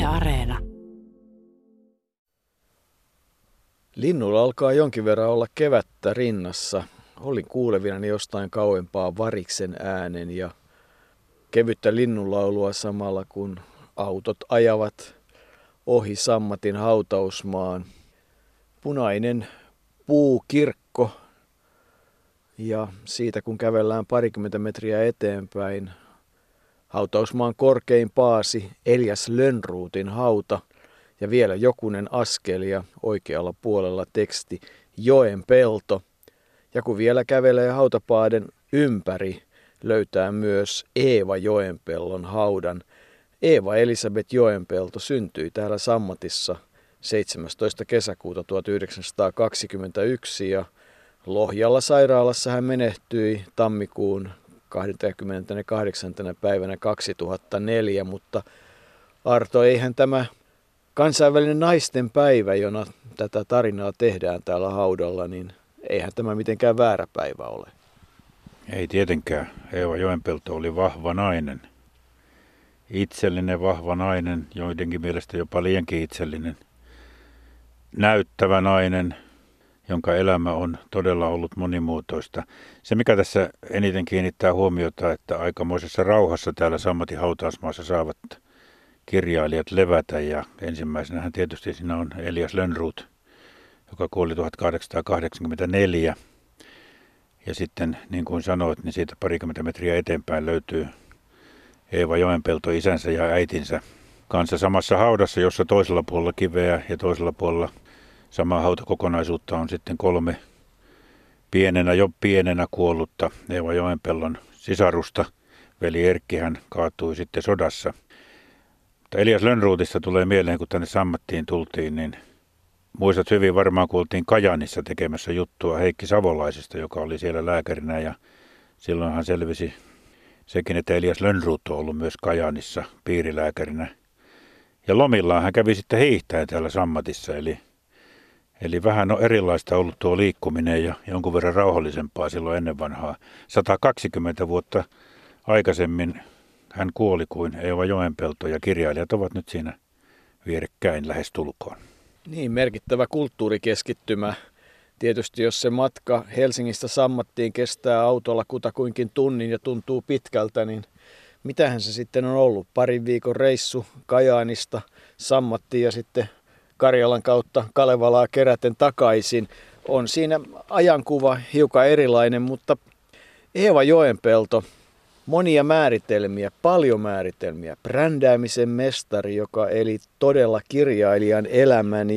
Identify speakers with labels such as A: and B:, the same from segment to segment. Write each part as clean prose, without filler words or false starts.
A: Areena.
B: Linnulla alkaa jonkin verran olla kevättä rinnassa. Olin kuulevinani jostain kauempaa variksen äänen ja kevyttä linnunlaulua samalla kun autot ajavat ohi Sammatin hautausmaan. Punainen puukirkko ja siitä kun kävellään parikymmentä metriä eteenpäin hautausmaan korkein paasi Elias Lönnrotin hauta ja vielä jokunen askel ja oikealla puolella teksti Joenpelto. Ja kun vielä kävelee hautapaaden ympäri, löytää myös Eeva Joenpellon haudan. Eeva Elisabeth Joenpelto syntyi täällä Sammatissa 17. kesäkuuta 1921 ja Lohjalla sairaalassa hän menehtyi tammikuun 28. päivänä 2004, mutta Arto, eihän tämä kansainvälinen naisten päivä, jona tätä tarinaa tehdään täällä haudalla, niin eihän tämä mitenkään väärä päivä ole.
C: Ei tietenkään. Eeva Joenpelto oli vahva nainen. Itsellinen vahva nainen, joidenkin mielestä jopa liiankin itsellinen. Näyttävä nainen, jonka elämä on todella ollut monimuotoista. Se, mikä tässä eniten kiinnittää huomiota, että aikamoisessa rauhassa täällä Sammatin hautausmaassa saavat kirjailijat levätä. Ja ensimmäisenähän tietysti siinä on Elias Lönnrot, joka kuoli 1884. Ja sitten, niin kuin sanoit, niin siitä parikymmentä metriä eteenpäin löytyy Eeva Joenpelto isänsä ja äitinsä kanssa samassa haudassa, jossa toisella puolella kiveä ja toisella puolella samaa hautakokonaisuutta on sitten 3 pienenä kuollutta Eeva Joenpellon sisarusta. Veli Erkki hän kaatui sitten sodassa. Mutta Elias Lönnrotista tulee mieleen, kun tänne Sammattiin tultiin, niin muistat hyvin, varmaan kun oltiin Kajaanissa tekemässä juttua Heikki Savolaisesta, joka oli siellä lääkärinä ja silloinhan selvisi sekin, että Elias Lönnrot on ollut myös Kajaanissa piirilääkärinä. Ja lomillaan hän kävi sitten hiihtäen täällä Sammatissa, eli vähän on erilaista ollut tuo liikkuminen ja jonkun verran rauhallisempaa silloin ennen vanhaa. 120 vuotta aikaisemmin hän kuoli kuin Eeva Joenpelto ja kirjailijat ovat nyt siinä vierekkäin lähestulkoon.
B: Niin, merkittävä kulttuurikeskittymä. Tietysti jos se matka Helsingistä Sammattiin kestää autolla kutakuinkin tunnin ja tuntuu pitkältä, niin mitähän se sitten on ollut? Parin viikon reissu Kajaanista Sammattiin ja sitten Karjalan kautta Kalevalaa keräten takaisin. On siinä ajankuva hiukan erilainen, mutta Eeva Joenpelto, monia määritelmiä, paljon määritelmiä, brändäämisen mestari, joka eli todella kirjailijan elämän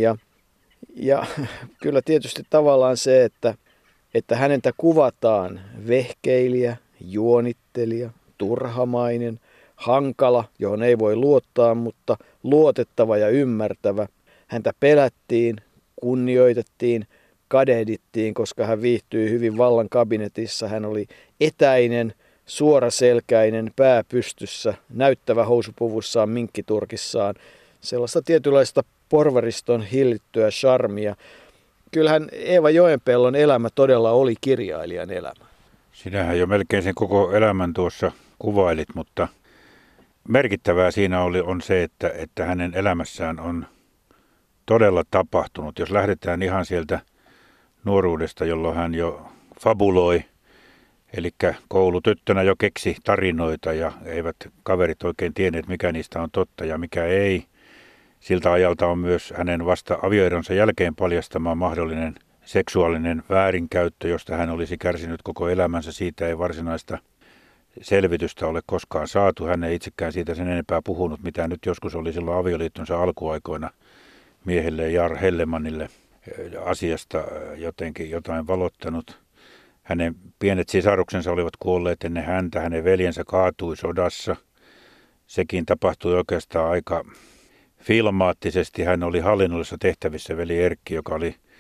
B: ja kyllä tietysti tavallaan se, että hänentä kuvataan vehkeilijä, juonittelija, turhamainen, hankala, johon ei voi luottaa, mutta luotettava ja ymmärtävä. Häntä pelättiin, kunnioitettiin, kadehdittiin, koska hän viihtyi hyvin vallan kabinetissa. Hän oli etäinen, suoraselkäinen, pää pystyssä, näyttävä housupuvussaan, minkkiturkissaan. Sellaista tietynlaista porvariston hillittyä charmia. Kyllähän Eeva Joenpellon elämä todella oli kirjailijan elämä.
C: Sinähän jo melkein sen koko elämän tuossa kuvailit, mutta merkittävää siinä on se, että hänen elämässään on todella tapahtunut. Jos lähdetään ihan sieltä nuoruudesta, jolloin hän jo fabuloi, eli koulutyttönä jo keksi tarinoita ja eivät kaverit oikein tienneet, mikä niistä on totta ja mikä ei. Siltä ajalta on myös hänen vasta avioeronsa jälkeen paljastama mahdollinen seksuaalinen väärinkäyttö, josta hän olisi kärsinyt koko elämänsä. Siitä ei varsinaista selvitystä ole koskaan saatu. Hän ei itsekään siitä sen enempää puhunut, mitä nyt joskus oli silloin avioliittonsa alkuaikoina miehelle Jar Hellemannille asiasta jotain valottanut. Hänen pienet sisaruksensa olivat kuolleet ennen häntä, hänen veljensä kaatui sodassa. Sekin tapahtui oikeastaan aika filmaattisesti. Hän oli hallinnollisessa tehtävissä veli Erkki, joka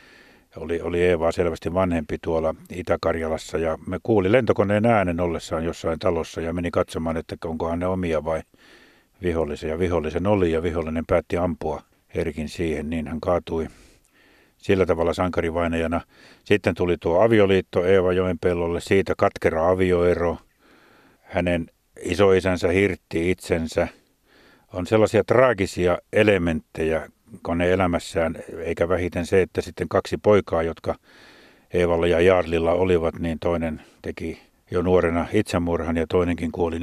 C: oli Eevaa selvästi vanhempi tuolla Itä-Karjalassa. Ja me kuuli lentokoneen äänen ollessaan jossain talossa ja meni katsomaan, että onkohan ne omia vai vihollisia. Ja vihollisen oli ja vihollinen päätti ampua Erkin siihen, niin hän kaatui sillä tavalla sankarivainajana. Sitten tuli tuo avioliitto Eeva Joenpellolle, siitä katkera avioero. Hänen isoisänsä hirtti itsensä, on sellaisia traagisia elementtejä koneen elämässään, eikä vähiten se, että sitten kaksi poikaa, jotka Eevalla ja Jarlilla olivat, niin toinen teki jo nuorena itsemurhan ja toinenkin kuoli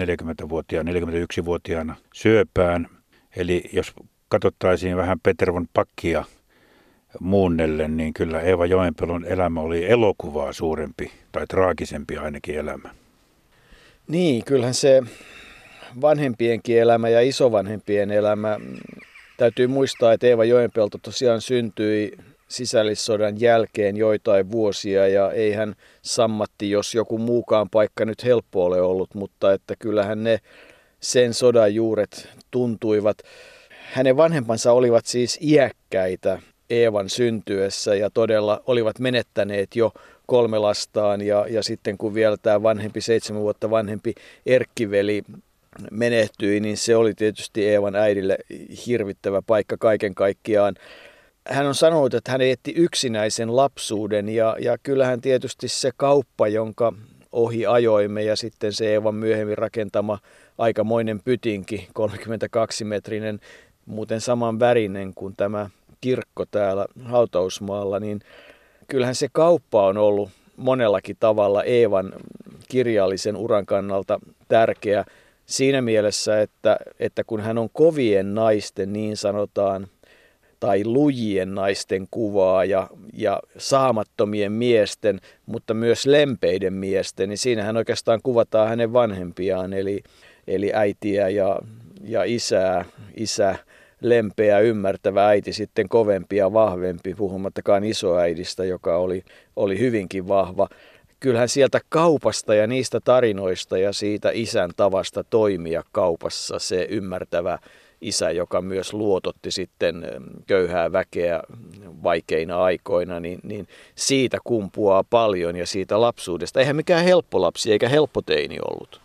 C: 41-vuotiaana syöpään. Eli jos katsottaisiin vähän Peter von Packia muunnellen, niin kyllä Eeva Joenpelon elämä oli elokuvaa suurempi tai traagisempi ainakin elämä.
B: Niin, kyllähän se vanhempienkin elämä ja isovanhempien elämä, täytyy muistaa, että Eeva Joenpelto tosiaan syntyi sisällissodan jälkeen joitain vuosia ja eihän sammatti, jos joku muukaan paikka nyt helppo ole ollut, mutta että kyllähän ne sen sodan juuret tuntuivat. Hänen vanhempansa olivat siis iäkkäitä Eevan syntyessä ja todella olivat menettäneet jo 3 lastaan ja sitten kun vielä tämä 7 vuotta vanhempi Erkkiveli menehtyi, niin se oli tietysti Eevan äidille hirvittävä paikka kaiken kaikkiaan. Hän on sanonut, että hän eetti yksinäisen lapsuuden ja kyllähän tietysti se kauppa, jonka ohi ajoimme ja sitten se Eevan myöhemmin rakentama aikamoinen pytinki, 32-metrinen, muuten saman värinen kuin tämä kirkko täällä hautausmaalla, niin kyllähän se kauppa on ollut monellakin tavalla Eevan kirjallisen uran kannalta tärkeä siinä mielessä, että kun hän on kovien naisten niin sanotaan, tai lujien naisten kuvaa ja saamattomien miesten, mutta myös lempeiden miesten, niin siinähän oikeastaan kuvataan hänen vanhempiaan, eli äitiä ja isää. Isä lempeä, ymmärtävä, äiti sitten kovempi ja vahvempi, puhumattakaan isoäidistä, joka oli hyvinkin vahva. Kyllähän sieltä kaupasta ja niistä tarinoista ja siitä isän tavasta toimia kaupassa se ymmärtävä isä, joka myös luototti sitten köyhää väkeä vaikeina aikoina, niin siitä kumpuaa paljon ja siitä lapsuudesta. Eihän mikään helppo lapsi eikä helppo teini ollut.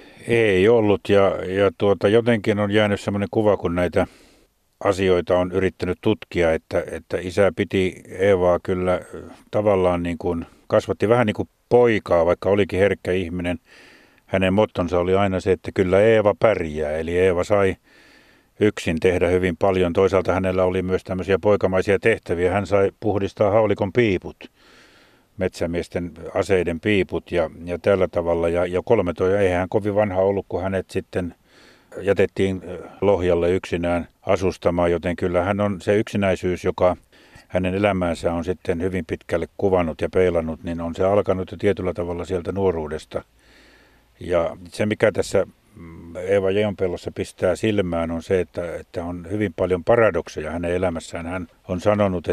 C: Ei ollut ja jotenkin on jäänyt sellainen kuva, kun näitä asioita on yrittänyt tutkia, että isä piti Eevaa kyllä tavallaan niin kuin, kasvatti vähän niin kuin poikaa, vaikka olikin herkkä ihminen. Hänen mottonsa oli aina se, että kyllä Eeva pärjää, eli Eeva sai yksin tehdä hyvin paljon. Toisaalta hänellä oli myös tämmöisiä poikamaisia tehtäviä. Hän sai puhdistaa haulikon piiput, metsämiesten aseiden piiput ja tällä tavalla. Ja 13, eihän hän kovin vanha ollut, kun hänet sitten jätettiin Lohjalle yksinään asustamaan, joten kyllä hän on se yksinäisyys, joka hänen elämäänsä on sitten hyvin pitkälle kuvannut ja peilannut, niin on se alkanut jo tietyllä tavalla sieltä nuoruudesta. Ja se, mikä tässä Eeva Joenpelossa pistää silmään, on se, että on hyvin paljon paradokseja hänen elämässään. Hän on sanonut,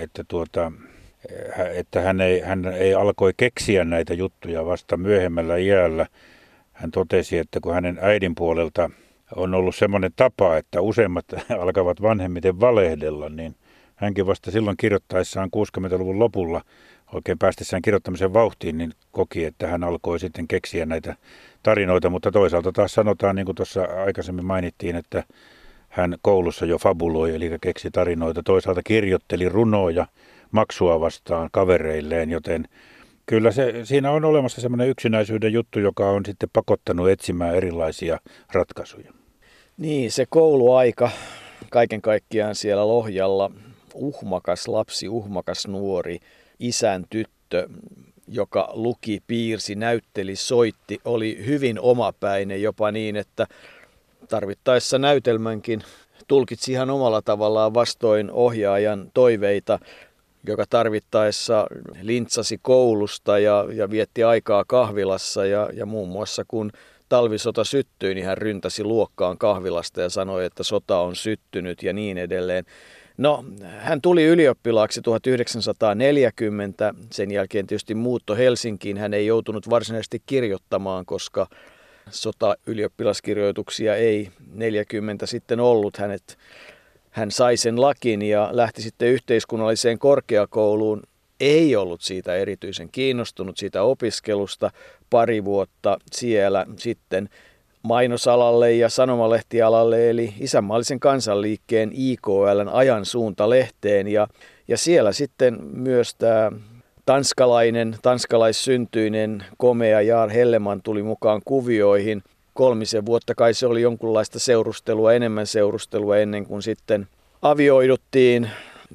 C: että hän ei alkoi keksiä näitä juttuja vasta myöhemmällä iällä. Hän totesi, että kun hänen äidin puolelta on ollut semmoinen tapa, että useimmat alkavat vanhemmiten valehdella, niin hänkin vasta silloin kirjoittaessaan 60-luvun lopulla, oikein päästessään kirjoittamisen vauhtiin, niin koki, että hän alkoi sitten keksiä näitä tarinoita, mutta toisaalta taas sanotaan, niin kuin tuossa aikaisemmin mainittiin, että hän koulussa jo fabuloi, eli keksi tarinoita. Toisaalta kirjoitteli runoja maksua vastaan kavereilleen, joten kyllä siinä on olemassa semmoinen yksinäisyyden juttu, joka on sitten pakottanut etsimään erilaisia ratkaisuja.
B: Niin, se kouluaika kaiken kaikkiaan siellä Lohjalla, uhmakas lapsi, uhmakas nuori, isän tyttö, joka luki, piirsi, näytteli, soitti, oli hyvin omapäinen, jopa niin, että tarvittaessa näytelmänkin tulkitsi ihan omalla tavallaan vastoin ohjaajan toiveita, joka tarvittaessa lintsasi koulusta ja vietti aikaa kahvilassa ja muun muassa kun talvisota syttyi, niin hän ryntäsi luokkaan kahvilasta ja sanoi, että sota on syttynyt ja niin edelleen. No, hän tuli ylioppilaaksi 1940, sen jälkeen tietysti muutto Helsinkiin. Hän ei joutunut varsinaisesti kirjoittamaan, koska sota-ylioppilaskirjoituksia ei 40 sitten ollut. Hän sai sen lakin ja lähti sitten yhteiskunnalliseen korkeakouluun. Ei ollut siitä erityisen kiinnostunut siitä opiskelusta. 2 vuotta siellä sitten mainosalalle ja sanomalehtialalle eli isänmaallisen kansanliikkeen IKL:n Ajan suunta-lehteen ja siellä sitten myös tämä tanskalaissyntyinen komea Jaar Helleman tuli mukaan kuvioihin. 3 vuotta kai se oli jonkunlaista seurustelua, enemmän seurustelua ennen kuin sitten avioiduttiin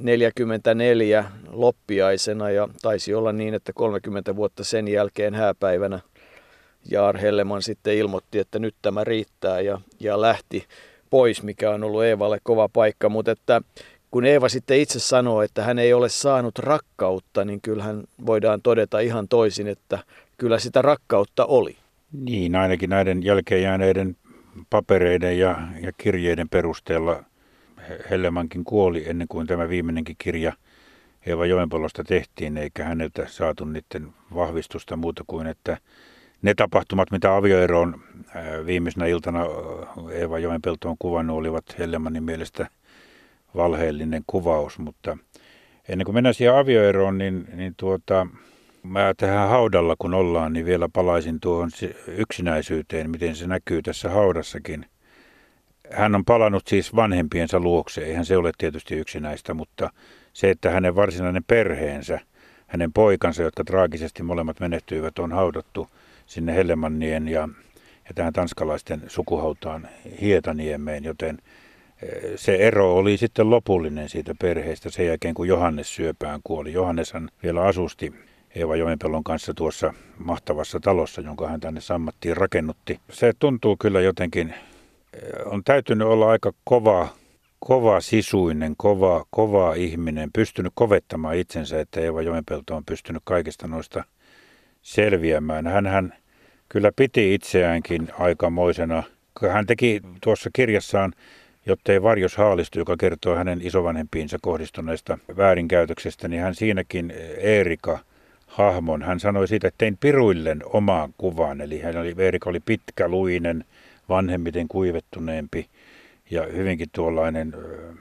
B: 44 loppiaisena ja taisi olla niin, että 30 vuotta sen jälkeen hääpäivänä Jaar Helleman sitten ilmoitti, että nyt tämä riittää ja lähti pois, mikä on ollut Eevalle kova paikka, mutta että kun Eeva sitten itse sanoo, että hän ei ole saanut rakkautta, niin kyllähän voidaan todeta ihan toisin, että kyllä sitä rakkautta oli.
C: Niin, ainakin näiden jälkeen jääneiden papereiden ja kirjeiden perusteella Hellemankin kuoli ennen kuin tämä viimeinenkin kirja Eeva Joenpollosta tehtiin, eikä häneltä saatu niiden vahvistusta muuta kuin, että ne tapahtumat, mitä avioeroon viimeisenä iltana Eeva Joenpelto on kuvannut, olivat Hellemanin mielestä valheellinen kuvaus, mutta ennen kuin mennään siihen avioeroon, niin mä tähän haudalla kun ollaan, niin vielä palaisin tuohon yksinäisyyteen, miten se näkyy tässä haudassakin. Hän on palannut siis vanhempiensa luokse, eihän se ole tietysti yksinäistä, mutta se, että hänen varsinainen perheensä, hänen poikansa, jotka traagisesti molemmat menehtyivät, on haudattu sinne Hellemannien ja tähän tanskalaisten sukuhautaan Hietaniemeen, joten se ero oli sitten lopullinen siitä perheestä sen jälkeen, kun Johannes syöpään kuoli. Johanneshan vielä asusti Eeva Joenpellon kanssa tuossa mahtavassa talossa, jonka hän tänne Sammattiin rakennutti. Se tuntuu kyllä jotenkin, on täytynyt olla aika kova sisuinen, kova ihminen, pystynyt kovettamaan itsensä, että Eeva Joenpelto on pystynyt kaikista noista selviämään. Hän kyllä piti itseäänkin aikamoisena. Hän teki tuossa kirjassaan, jottei varjos haalistu, joka kertoo hänen isovanhempiinsa kohdistuneesta väärinkäytöksestä, niin hän siinäkin Eerika-hahmon, hän sanoi siitä, että tein piruillen omaan kuvaan. Eli Eerika oli pitkäluinen, vanhemmiten kuivettuneempi ja hyvinkin tuollainen,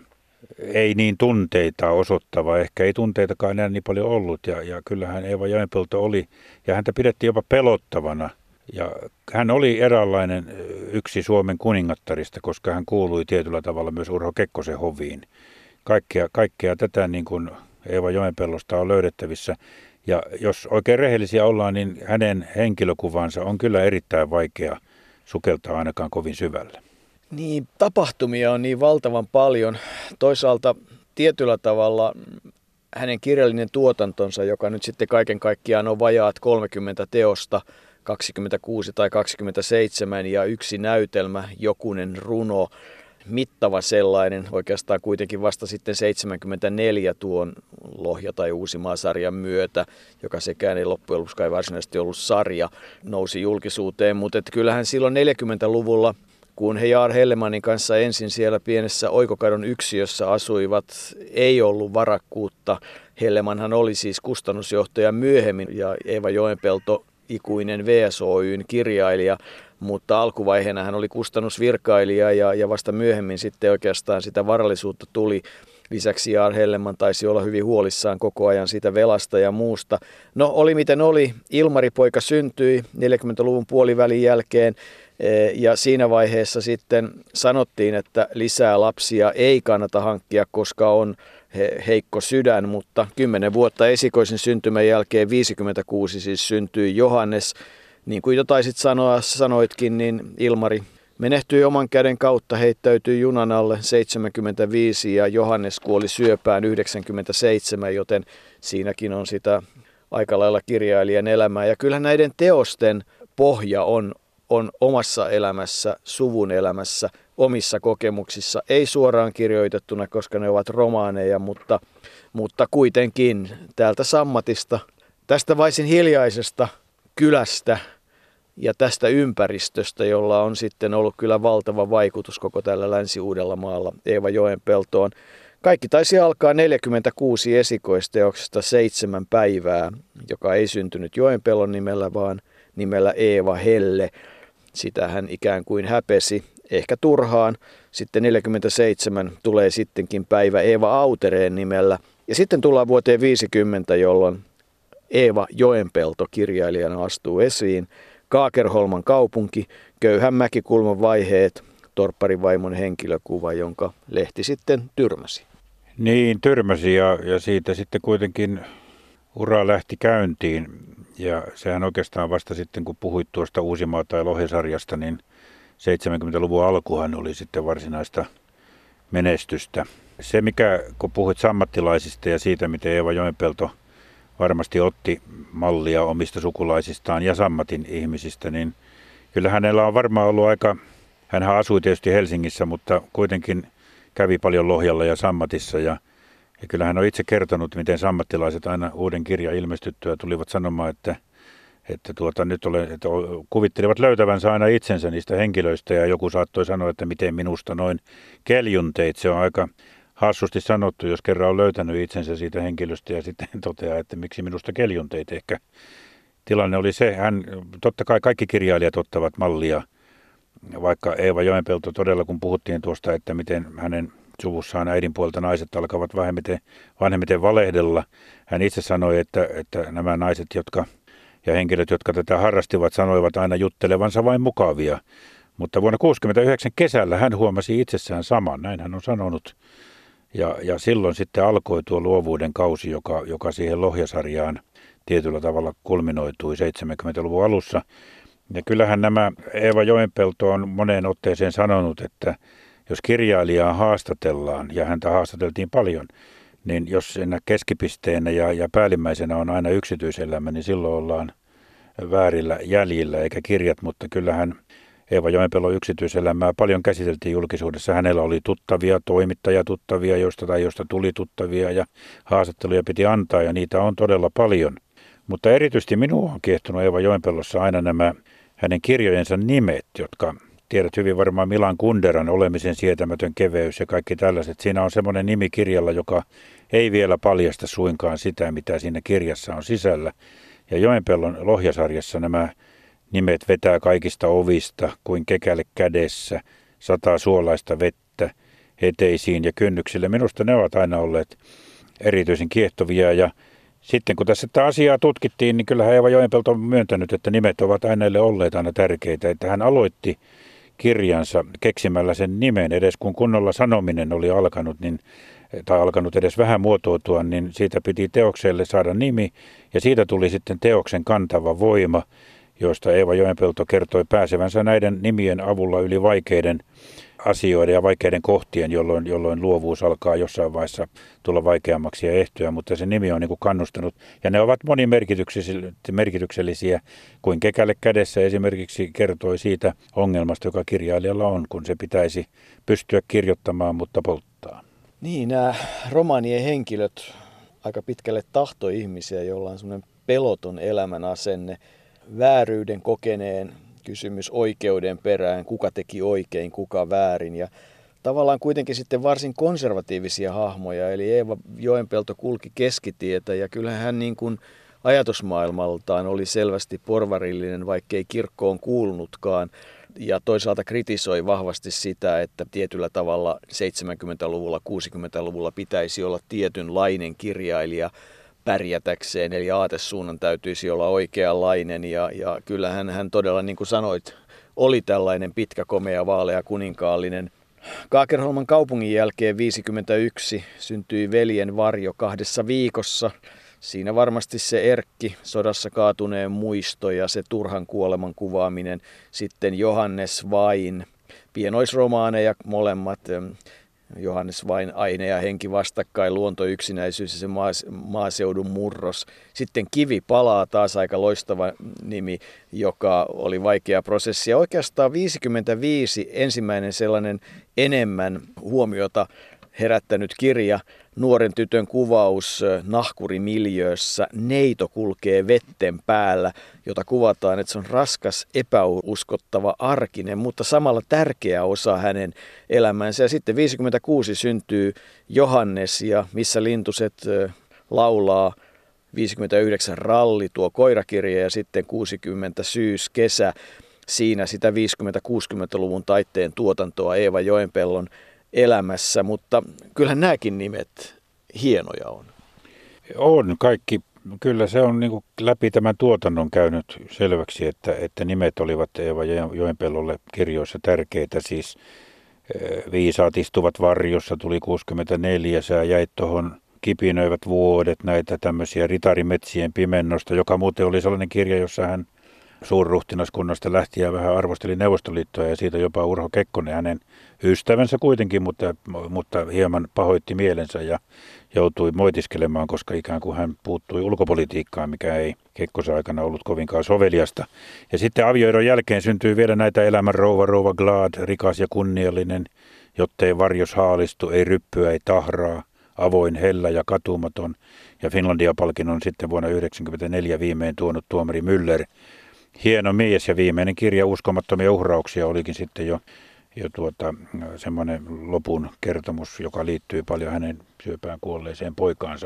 C: ei niin tunteita osoittava, ehkä ei tunteitakaan enää niin paljon ollut. Ja kyllähän Eeva Joenpelto oli, ja häntä pidettiin jopa pelottavana. Ja hän oli eräänlainen yksi Suomen kuningattarista, koska hän kuului tietyllä tavalla myös Urho Kekkosen hoviin. Kaikkea tätä niin kuin Eeva Joenpellosta on löydettävissä. Ja jos oikein rehellisiä ollaan, niin hänen henkilökuvansa on kyllä erittäin vaikea sukeltaa ainakaan kovin syvälle.
B: Niin, tapahtumia on niin valtavan paljon. Toisaalta tietyllä tavalla hänen kirjallinen tuotantonsa, joka nyt sitten kaiken kaikkiaan on vajaat 30 teosta, 26 tai 27 ja yksi näytelmä, jokunen runo, mittava sellainen, oikeastaan kuitenkin vasta sitten 74 tuon Lohja- tai Uusimaa-sarjan myötä, joka sekään ei loppujen lopuksi kai varsinaisesti ollut sarja, nousi julkisuuteen, mutta kyllähän silloin 40-luvulla, kun he Jaar Hellemanin kanssa ensin siellä pienessä Oikokadon yksiössä asuivat, ei ollut varakkuutta. Hellemanhan oli siis kustannusjohtaja myöhemmin ja Eeva Joenpelto ikuinen VSOY:n kirjailija, mutta alkuvaiheena hän oli kustannusvirkailija ja vasta myöhemmin sitten oikeastaan sitä varallisuutta tuli. Lisäksi Jaar Helleman taisi olla hyvin huolissaan koko ajan siitä velasta ja muusta. No oli miten oli, Ilmari-poika syntyi 40-luvun puolivälin jälkeen ja siinä vaiheessa sitten sanottiin, että lisää lapsia ei kannata hankkia, koska on heikko sydän, mutta 10 vuotta esikoisen syntymän jälkeen 56 siis syntyi Johannes. Niin kuin jo taisit sanoitkin, niin Ilmari menehtyi oman käden kautta, heittäytyi junan alle 75 ja Johannes kuoli syöpään 97, joten siinäkin on sitä aika lailla kirjailijan elämää. Ja kyllähän näiden teosten pohja on omassa elämässä, suvun elämässä, omissa kokemuksissa, ei suoraan kirjoitettuna, koska ne ovat romaaneja, mutta kuitenkin täältä Sammatista, tästä vaisin hiljaisesta kylästä ja tästä ympäristöstä, jolla on sitten ollut kyllä valtava vaikutus koko tällä Länsi-Uudellamaalla Eeva Joenpeltoon. Kaikki taisi alkaa 46 esikoisteoksesta 7 päivää, joka ei syntynyt Joenpellon nimellä, vaan nimellä Eeva Helle. Sitä hän ikään kuin häpesi, ehkä turhaan. Sitten 47 tulee sittenkin päivä Eeva Autereen nimellä. Ja sitten tullaan vuoteen 50, jolloin Eeva Joenpelto kirjailijana astuu esiin. Kaakerholman kaupunki, Köyhän mäkikulman vaiheet, torpparivaimon henkilökuva, jonka lehti sitten tyrmäsi.
C: Niin, tyrmäsi ja siitä sitten kuitenkin ura lähti käyntiin. Ja sehän oikeastaan vasta sitten, kun puhuit tuosta Uusimaa- tai Lohja-sarjasta, niin 70-luvun alkuhan oli sitten varsinaista menestystä. Se, kun puhuit sammattilaisista ja siitä, miten Eeva Joenpelto varmasti otti mallia omista sukulaisistaan ja sammatin ihmisistä, niin kyllä hänellä on varmaan ollut hänhän asui tietysti Helsingissä, mutta kuitenkin kävi paljon Lohjalla ja sammatissa ja kyllä hän on itse kertonut, miten sammattilaiset aina uuden kirjan ilmestyttyä tulivat sanomaan, että kuvittelivat löytävänsä aina itsensä niistä henkilöistä ja joku saattoi sanoa, että miten minusta noin keljunteet. Se on aika hassusti sanottu, jos kerran on löytänyt itsensä siitä henkilöstä ja sitten toteaa, että miksi minusta keljunteet. Ehkä tilanne oli se, totta kai kaikki kirjailijat ottavat mallia, vaikka Eeva Joenpelto todella, kun puhuttiin tuosta, että miten hänen suvussaan äidin puolta naiset alkavat vanhemmiten valehdella. Hän itse sanoi, että nämä naiset ja henkilöt, jotka tätä harrastivat, sanoivat aina juttelevansa vain mukavia. Mutta vuonna 1969 kesällä hän huomasi itsessään saman, näin hän on sanonut. Ja silloin sitten alkoi tuo luovuuden kausi, joka siihen Lohjasarjaan tietyllä tavalla kulminoitui 70-luvun alussa. Ja kyllähän Eeva Joenpelto on moneen otteeseen sanonut, että jos kirjailijaa haastatellaan, ja häntä haastateltiin paljon, niin jos siinä keskipisteenä ja päällimmäisenä on aina yksityiselämä, niin silloin ollaan väärillä jäljillä eikä kirjat, mutta kyllähän Eeva Joenpellon yksityiselämää paljon käsiteltiin julkisuudessa. Hänellä oli toimittajatuttavia, joista tuli tuttavia ja haastatteluja piti antaa ja niitä on todella paljon. Mutta erityisesti minua on kiehtonut Eeva Joenpellossa aina nämä hänen kirjojensa nimet, jotka tiedät hyvin varmaan Milan Kunderan Olemisen sietämätön keveys ja kaikki tällaiset. Siinä on semmoinen nimi kirjalla, joka ei vielä paljasta suinkaan sitä, mitä siinä kirjassa on sisällä. Ja Joenpellon Lohjasarjassa nämä nimet vetää kaikista ovista kuin kekäle kädessä, sataa suolaista vettä eteisiin ja kynnyksille. Minusta ne ovat aina olleet erityisen kiehtovia ja sitten kun tässä tätä asiaa tutkittiin, niin kyllähän Eeva Joenpelto on myöntänyt, että nimet ovat hänelle olleet aina tärkeitä, että hän aloitti kirjansa keksimällä sen nimen, edes kun kunnolla sanominen oli alkanut, tai alkanut edes vähän muotoutua, niin siitä piti teokselle saada nimi, ja siitä tuli sitten teoksen kantava voima, joista Eeva Joenpelto kertoi pääsevänsä näiden nimien avulla yli vaikeiden asioiden ja vaikeiden kohtien, jolloin luovuus alkaa jossain vaiheessa tulla vaikeammaksi ja ehtyä, mutta se nimi on niin kuin kannustanut. Ja ne ovat monimerkityksellisiä, kuin kekäle kädessä esimerkiksi kertoi siitä ongelmasta, joka kirjailijalla on, kun se pitäisi pystyä kirjoittamaan, mutta polttaa.
B: Niin, nämä romaanien henkilöt aika pitkälle tahtoihmisiä, joilla on semmoinen peloton elämän asenne, vääryyden kokeneen kysymys oikeuden perään, kuka teki oikein, kuka väärin ja tavallaan kuitenkin sitten varsin konservatiivisia hahmoja, eli Eeva Joenpelto kulki keskitietä ja kyllähän hän niin kuin ajatusmaailmaltaan oli selvästi porvarillinen, vaikkei kirkkoon kuulunutkaan ja toisaalta kritisoi vahvasti sitä, että tietyllä tavalla 70-luvulla, 60-luvulla pitäisi olla tietynlainen kirjailija pärjätäkseen, eli aatesuunnan täytyisi olla oikeanlainen ja kyllähän hän todella, niin kuin sanoit, oli tällainen pitkä, komea, vaalea, kuninkaallinen. Kaakerholman kaupungin jälkeen 1951 syntyi Veljen varjo 2 viikossa. Siinä varmasti se Erkki, sodassa kaatuneen muisto ja se turhan kuoleman kuvaaminen. Sitten Johannes Vain, pienoisromaaneja molemmat. Johannes Vain, aine ja henki vastakkain, luonto yksinäisyys ja se maaseudun murros. Sitten Kivi palaa, taas aika loistava nimi, joka oli vaikea prosessi. Ja oikeastaan 1955 ensimmäinen sellainen enemmän huomiota herättänyt kirja, nuoren tytön kuvaus nahkurimiljöössä, neito kulkee vetten päällä, jota kuvataan, että se on raskas, epäuskottava, arkinen, mutta samalla tärkeä osa hänen elämänsä. Ja sitten 1956 syntyy Johannes ja Missä lintuset laulaa, 59 Ralli, tuo koirakirja ja sitten 60 Syys-kesä. Siinä sitä 50-60-luvun taitteen tuotantoa Eeva Joenpellon elämässä, mutta kyllähän nämäkin nimet hienoja on.
C: On kaikki. Kyllä se on niin kuin läpi tämän tuotannon käynyt selväksi, että nimet olivat Eeva Joenpellolle kirjoissa tärkeitä. Siis Viisaat istuvat varjossa tuli 64, sä jäit tuohon Kipinöivät vuodet, näitä tämmöisiä Ritarimetsien pimennosta, joka muuten oli sellainen kirja, jossa hän suurruhtinaskunnasta lähti ja vähän arvosteli Neuvostoliittoa ja siitä jopa Urho Kekkonen, hänen ystävänsä kuitenkin, mutta hieman pahoitti mielensä ja joutui moitiskelemaan, koska ikään kuin hän puuttui ulkopolitiikkaan, mikä ei Kekkosen aikana ollut kovinkaan soveliasta. Ja sitten avioeron jälkeen syntyi vielä näitä elämän rouva glad, rikas ja kunniallinen, jottei varjos haalistu, ei ryppyä, ei tahraa, avoin, hellä ja katumaton. Ja Finlandia-palkinnon sitten vuonna 1994 viimein tuonut tuomari Müller. Hieno mies ja viimeinen kirja Uskomattomia uhrauksia olikin sitten jo semmoinen lopun kertomus, joka liittyy paljon hänen syöpään kuolleeseen poikaansa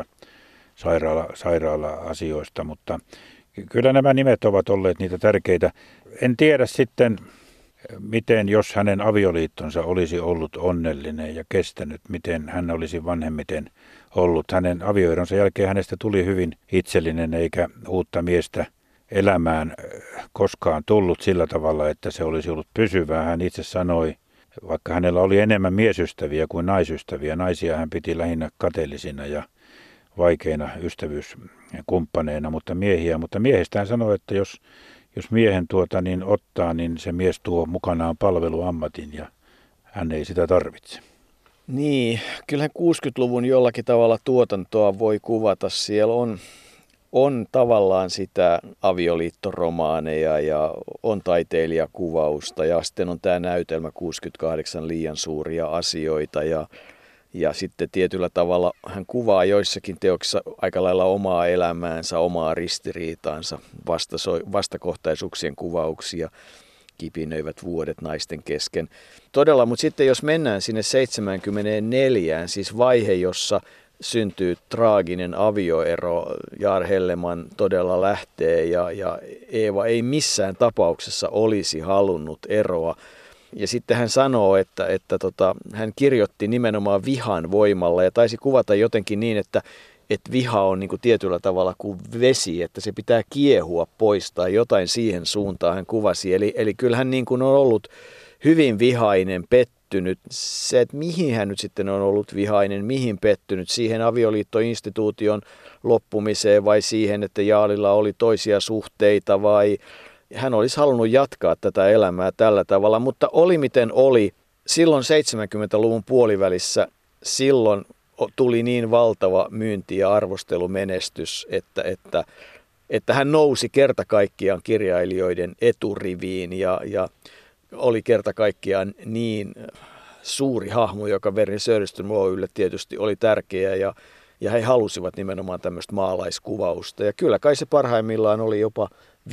C: sairaala-asioista, mutta kyllä nämä nimet ovat olleet niitä tärkeitä. En tiedä sitten, miten jos hänen avioliittonsa olisi ollut onnellinen ja kestänyt, miten hän olisi vanhemmiten ollut. Hänen avioeronsa jälkeen hänestä tuli hyvin itsellinen eikä uutta miestä elämään koskaan tullut sillä tavalla, että se olisi ollut pysyvää. Hän itse sanoi, vaikka hänellä oli enemmän miesystäviä kuin naisystäviä, naisia hän piti lähinnä kateellisina ja vaikeina ystävyyskumppaneina, mutta miehistä hän sanoi, että jos miehen ottaa, niin se mies tuo mukanaan palveluammatin ja hän ei sitä tarvitse.
B: Niin, kyllähän 60-luvun jollakin tavalla tuotantoa voi kuvata. Siellä on tavallaan sitä avioliittoromaaneja ja on taiteilijakuvausta ja sitten on tämä näytelmä 68 liian suuria asioita ja sitten tietyllä tavalla hän kuvaa joissakin teoksissa aika lailla omaa elämäänsä, omaa ristiriitaansa, vastakohtaisuuksien kuvauksia, kipinöivät vuodet naisten kesken. Todella, mutta sitten jos mennään sinne 74, siis vaihe, jossa syntyy traaginen avioero, Jar Helleman todella lähtee ja Eeva ei missään tapauksessa olisi halunnut eroa. Ja sitten hän sanoo, että hän kirjoitti nimenomaan vihan voimalla ja taisi kuvata jotenkin niin, että viha on niin kuin tietyllä tavalla kuin vesi, että se pitää kiehua pois tai jotain siihen suuntaan hän kuvasi. Eli kyllähän niin kuin on ollut hyvin vihainen, pettynyt. Se, että mihin hän nyt sitten on ollut vihainen, mihin pettynyt, siihen avioliittoinstituution loppumiseen vai siihen, että Jaalilla oli toisia suhteita vai hän olisi halunnut jatkaa tätä elämää tällä tavalla, mutta oli miten oli. Silloin 70-luvun puolivälissä silloin tuli niin valtava myynti- ja arvostelumenestys, että hän nousi kerta kaikkiaan kirjailijoiden eturiviin ja oli kerta kaikkiaan niin suuri hahmo, joka Verni Söderström Oy:lle tietysti oli tärkeä ja he halusivat nimenomaan tämmöistä maalaiskuvausta. Ja kyllä kai se parhaimmillaan oli jopa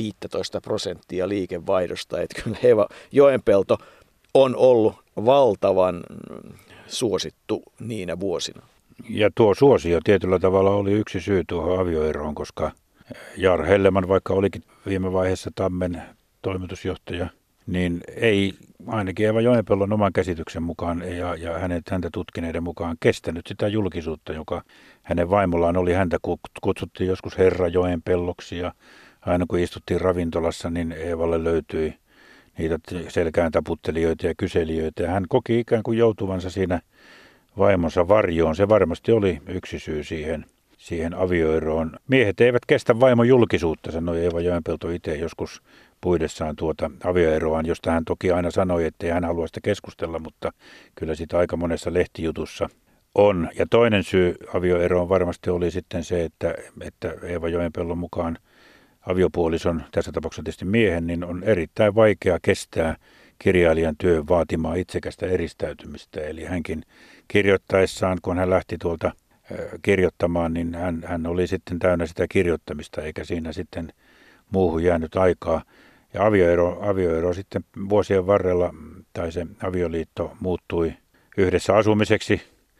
B: 15% liikevaihdosta, että kyllä Eeva Joenpelto on ollut valtavan suosittu niinä vuosina.
C: Ja tuo suosio tietyllä tavalla oli yksi syy tuohon avioeroon, koska Jar Helleman, vaikka olikin viime vaiheessa Tammen toimitusjohtaja, niin ei ainakin Eeva Joenpellon oman käsityksen mukaan ja häntä tutkineiden mukaan kestänyt sitä julkisuutta, joka hänen vaimollaan oli. Häntä kutsuttiin joskus herra Joenpelloksi ja aina kun istuttiin ravintolassa, niin Eevalle löytyi niitä selkään taputtelijoita ja kyselijöitä. Ja hän koki ikään kuin joutuvansa siinä vaimonsa varjoon. Se varmasti oli yksi syy siihen avioeroon. Miehet eivät kestä vaimon julkisuutta, sanoi Eeva Joenpelto itse joskus puidessaan tuota avioeroaan, josta hän toki aina sanoi, ettei hän halua sitä keskustella, mutta kyllä sitä aika monessa lehtijutussa on. Ja toinen syy avioeroon varmasti oli sitten se, että Eeva Joenpellon mukaan aviopuolison, tässä tapauksessa tietysti miehen, niin on erittäin vaikea kestää kirjailijan työn vaatimaa itsekästä eristäytymistä. Eli hänkin kirjoittaessaan, kun hän lähti tuolta kirjoittamaan, niin hän oli sitten täynnä sitä kirjoittamista, eikä siinä sitten muuhun jäänyt aikaa. Ja avioero sitten vuosien varrella, tai se avioliitto muuttui yhdessä asumiseksi,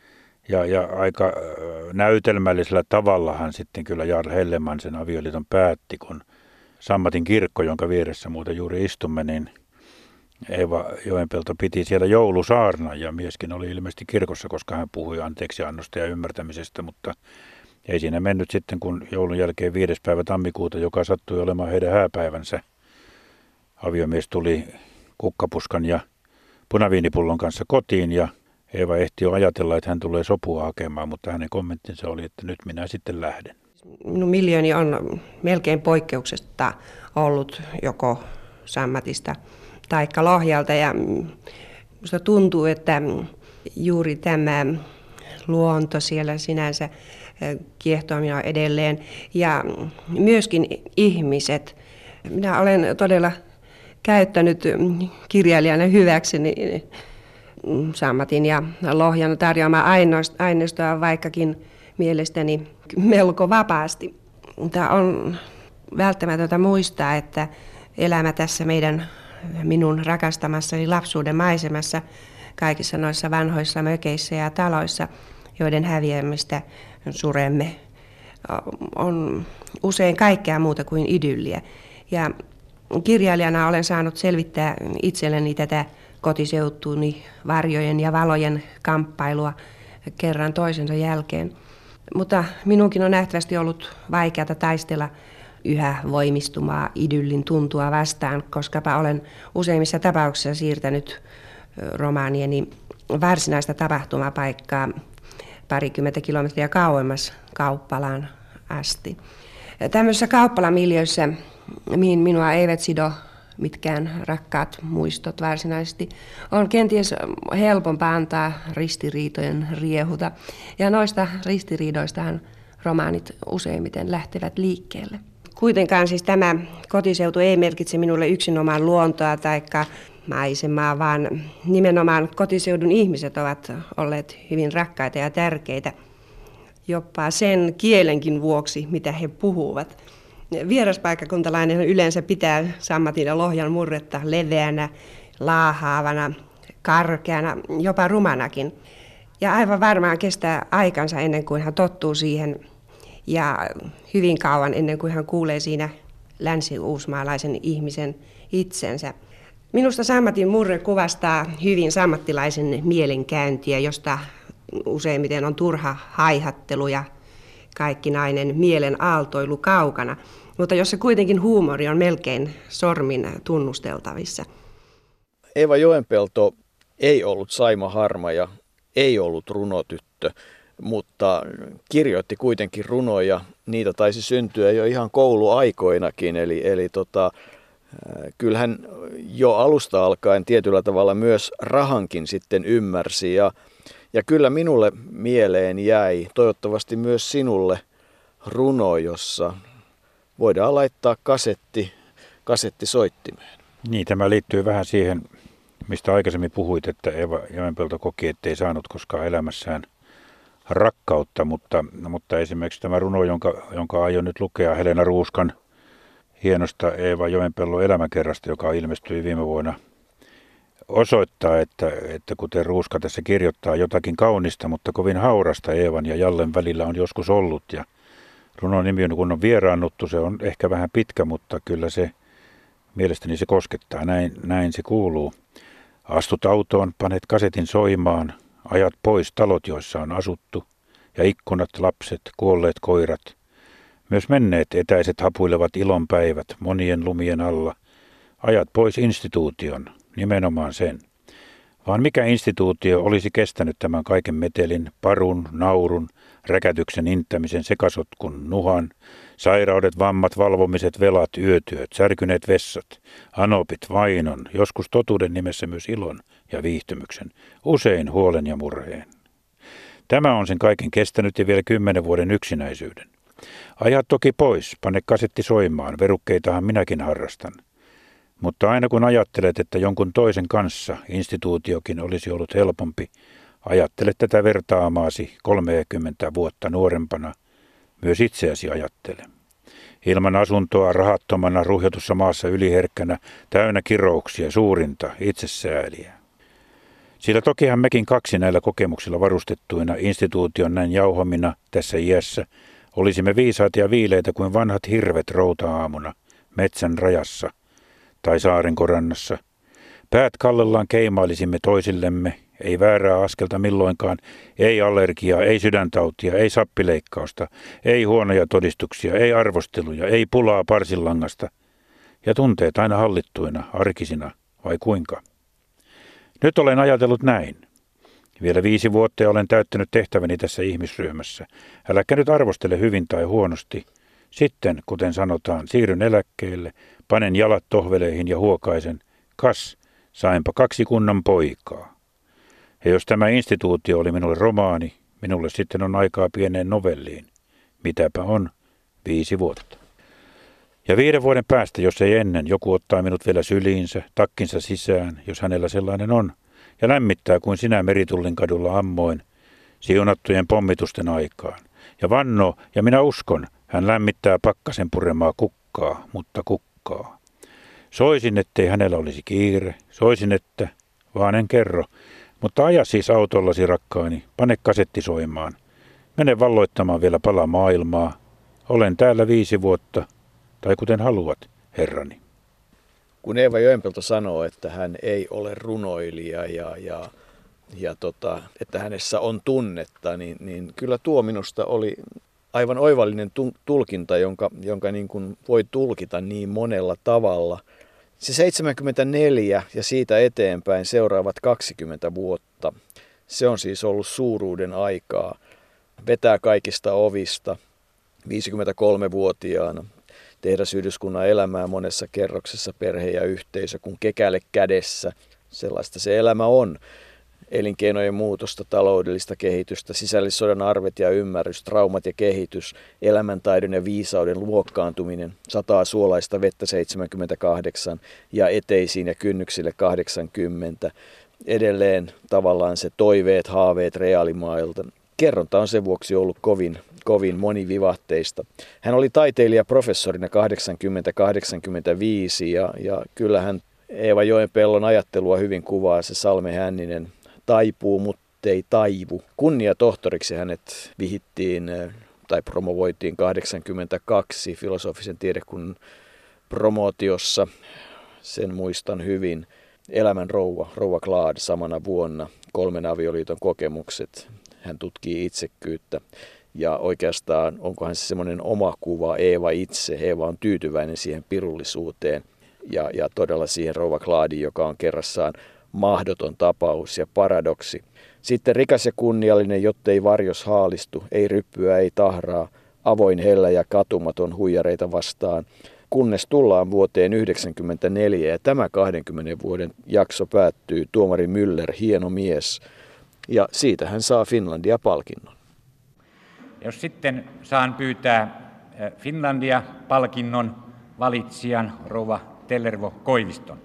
C: ja aika näytelmällisellä tavallahan sitten kyllä Jar Helleman sen avioliiton päätti, kun Sammatin kirkko, jonka vieressä muuten juuri istumme, niin Eeva Joenpelto piti siellä joulusaarna ja mieskin oli ilmeisesti kirkossa, koska hän puhui anteeksiannosta ja ymmärtämisestä, mutta ei siinä mennyt sitten, kun joulun jälkeen 5. päivä tammikuuta, joka sattui olemaan heidän hääpäivänsä. Aviomies tuli kukkapuskan ja punaviinipullon kanssa kotiin ja Eeva ehti jo ajatella, että hän tulee sopua hakemaan, mutta hänen kommenttinsa oli, että nyt minä sitten lähden.
A: Minun miljööni on melkein poikkeuksesta ollut joko sammatista tai lohjalta. Ja minusta tuntuu, että juuri tämä luonto siellä sinänsä kiehtoo minua edelleen ja myöskin ihmiset. Minä olen todella käyttänyt kirjailijana hyväkseni sammatin ja lohjan tarjoamaa aineistoa, vaikkakin mielestäni melko vapaasti. Tämä on välttämätöntä muistaa, että elämä tässä minun rakastamassani lapsuuden maisemassa, kaikissa noissa vanhoissa mökeissä ja taloissa, joiden häviämistä suremme, on usein kaikkea muuta kuin idylliä. Ja kirjailijana olen saanut selvittää itselleni tätä kotiseutuni varjojen ja valojen kamppailua kerran toisensa jälkeen. Mutta minunkin on nähtävästi ollut vaikeata taistella yhä voimistumaa idyllin tuntua vastaan, koskapa olen useimmissa tapauksissa siirtänyt romaanieni varsinaista tapahtumapaikkaa parikymmentä kilometriä kauemmas kauppalaan asti. Tämmöisessä kauppalamiljöissä, mihin minua eivät sido mitkään rakkaat muistot varsinaisesti, on kenties helpompaa antaa ristiriitojen riehuta. Ja noista ristiriidoistahan romaanit useimmiten lähtevät liikkeelle. Kuitenkaan siis tämä kotiseutu ei merkitse minulle yksinomaan luontoa tai maisemaa, vaan nimenomaan kotiseudun ihmiset ovat olleet hyvin rakkaita ja tärkeitä, jopa sen kielenkin vuoksi, mitä he puhuvat. Vieraspaikkakuntalainen yleensä pitää sammatin ja lohjan murretta leveänä, laahaavana, karkeana, jopa rumanakin. Ja aivan varmaan kestää aikansa ennen kuin hän tottuu siihen ja hyvin kauan ennen kuin hän kuulee siinä länsi-uusmaalaisen ihmisen itsensä. Minusta sammatin murre kuvastaa hyvin sammattilaisen mielenkäyntiä, josta useimmiten on turha haihattelu ja kaikkinainen mielen aaltoilu kaukana, mutta jossa kuitenkin huumori on melkein sormin tunnusteltavissa.
B: Eeva Joenpelto ei ollut Saima Harma ja ei ollut runotyttö, mutta kirjoitti kuitenkin runoja. Niitä taisi syntyä jo ihan kouluaikoinakin, eli kyllähän jo alusta alkaen tietyllä tavalla myös rahankin sitten ymmärsi ja kyllä minulle mieleen jäi, toivottavasti myös sinulle, runo, jossa voidaan laittaa kasetti soittimeen.
C: Niin, tämä liittyy vähän siihen, mistä aikaisemmin puhuit, että Eeva Joenpelto koki, ettei saanut koskaan elämässään rakkautta, mutta esimerkiksi tämä runo, jonka aion nyt lukea Helena Ruuskan hienosta Eeva Joenpellon elämäkerrasta, joka ilmestyi viime vuonna, osoittaa, että kuten Ruuska tässä kirjoittaa, jotakin kaunista, mutta kovin haurasta Eevan ja Jallen välillä on joskus ollut. Ja runon nimi on, kun on vieraannuttu, se on ehkä vähän pitkä, mutta kyllä se mielestäni se koskettaa. Näin se kuuluu. Astut autoon, panet kasetin soimaan, ajat pois talot, joissa on asuttu, ja ikkunat, lapset, kuolleet koirat. Myös menneet etäiset hapuilevat ilonpäivät monien lumien alla. Ajat pois instituution, nimenomaan sen. Vaan mikä instituutio olisi kestänyt tämän kaiken metelin, parun, naurun, räkätyksen, inttämisen, sekasotkun, nuhan, sairaudet, vammat, valvomiset, velat, yötyöt, särkyneet vessat, anopit, vainon, joskus totuuden nimessä myös ilon ja viihtymyksen, usein huolen ja murheen. Tämä on sen kaiken kestänyt ja vielä 10 vuoden yksinäisyyden. Ajat toki pois, pane kasetti soimaan, verukkeitahan minäkin harrastan. Mutta aina kun ajattelet, että jonkun toisen kanssa instituutiokin olisi ollut helpompi, ajattele tätä vertaamaasi 30 vuotta nuorempana, myös itseäsi ajattele. Ilman asuntoa, rahattomana, ruhjotussa maassa yliherkkänä, täynnä kirouksia, suurinta, itsesääliä. Sillä tokihan mekin kaksi näillä kokemuksilla varustettuina instituution näin jauhamina tässä iässä olisimme viisaat ja viileitä kuin vanhat hirvet routa-aamuna, metsän rajassa tai saarenkorannassa. Päät kallellaan keimailisimme toisillemme, ei väärää askelta milloinkaan, ei allergiaa, ei sydäntautia, ei sappileikkausta, ei huonoja todistuksia, ei arvosteluja, ei pulaa parsilangasta. Ja tunteet aina hallittuina, arkisina, vai kuinka? Nyt olen ajatellut näin. Vielä 5 vuotta ja olen täyttänyt tehtäväni tässä ihmisryhmässä. Äläkä nyt arvostele hyvin tai huonosti. Sitten, kuten sanotaan, siirryn eläkkeelle, Panen jalat tohveleihin ja huokaisen, kas, sainpa 2 kunnon poikaa. Ja jos tämä instituutio oli minulle romaani, minulle sitten on aikaa pieneen novelliin. Mitäpä on 5 vuotta. Ja 5 vuoden päästä, jos ei ennen, joku ottaa minut vielä syliinsä, takkinsa sisään, jos hänellä sellainen on, ja lämmittää kuin sinä Meritullin kadulla ammoin, siunattujen pommitusten aikaan. Ja vannoo, ja minä uskon, hän lämmittää pakkasen puremaa kukkaa, mutta kukkaa. Soisin, ettei hänellä olisi kiire, soisin, että, vaan en kerro, mutta aja siis autollasi rakkaani, pane kasetti soimaan. Mene valloittamaan vielä pala maailmaa. Olen täällä 5 vuotta, tai kuten haluat, herrani.
B: Kun Eeva Joenpelto sanoo, että hän ei ole runoilija ja että hänessä on tunnetta, niin kyllä tuo minusta oli aivan oivallinen tulkinta, jonka niin kuin voi tulkita niin monella tavalla. Se 74 ja siitä eteenpäin seuraavat 20 vuotta, se on siis ollut suuruuden aikaa. Vetää kaikista ovista 53-vuotiaana, tehdä yhdyskunnan elämää monessa kerroksessa, perhe ja yhteisö, kun kekäle kädessä. Sellaista se elämä on. Elinkeinojen muutosta, taloudellista kehitystä, sisällissodan arvet ja ymmärrys, traumat ja kehitys, elämäntaidon ja viisauden luokkaantuminen, 100 suolaista vettä 78 ja eteisiin ja kynnyksille 80. Edelleen tavallaan se toiveet, haaveet reaalimaailta. Kerronta on sen vuoksi ollut kovin monivivahteista. Hän oli taiteilija professorina 80-85 ja kyllähän Eeva Joenpellon ajattelua hyvin kuvaa se Salme Hänninen taipuu, muttei taivu. Kunniatohtoriksi hänet vihittiin tai promovoitiin 82 filosofisen tiedekunnan promootiossa. Sen muistan hyvin. Elämän rouva Claude samana vuonna, 3 avioliiton kokemukset. Hän tutkii itsekkyyttä ja oikeastaan onkohan se semmoinen oma kuva Eeva itse. Eeva on tyytyväinen siihen pirullisuuteen ja todella siihen rouva Claudeen, joka on kerrassaan mahdoton tapaus ja paradoksi. Sitten rikas ja kunniallinen, jottei varjos haalistu, ei ryppyä, ei tahraa, avoin, hellä ja katumaton huijareita vastaan, kunnes tullaan vuoteen 1994 ja tämä 20 vuoden jakso päättyy tuomari Müller, hieno mies, ja siitä hän saa Finlandia-palkinnon.
D: Jos sitten saan pyytää Finlandia-palkinnon valitsijan rouva Tellervo Koiviston.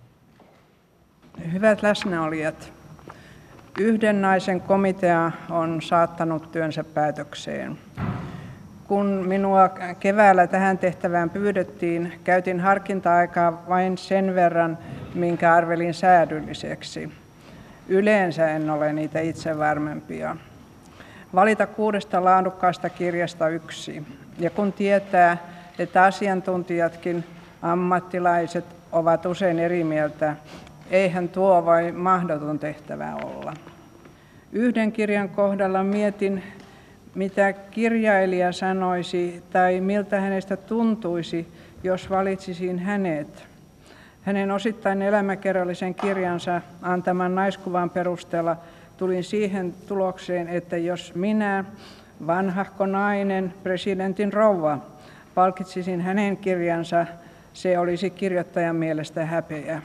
E: Hyvät läsnäolijat, 1 naisen komitea on saattanut työnsä päätökseen. Kun minua keväällä tähän tehtävään pyydettiin, käytin harkinta-aikaa vain sen verran, minkä arvelin säädylliseksi. Yleensä en ole niitä itse varmempia. Valita 6 laadukkaasta kirjasta 1. Ja kun tietää, että asiantuntijatkin, ammattilaiset ovat usein eri mieltä, eihän tuo vai mahdoton tehtävä olla. 1 kirjan kohdalla mietin, mitä kirjailija sanoisi tai miltä hänestä tuntuisi, jos valitsisin hänet. Hänen osittain elämäkerrallisen kirjansa antaman naiskuvan perusteella tulin siihen tulokseen, että jos minä, vanhahko nainen, presidentin rouva, palkitsisin hänen kirjansa, se olisi kirjoittajan mielestä häpeä.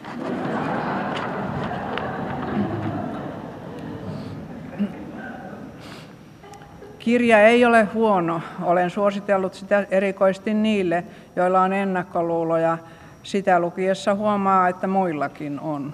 E: Kirja ei ole huono. Olen suositellut sitä erikoisesti niille, joilla on ennakkoluuloja. Sitä lukiessa huomaa, että muillakin on.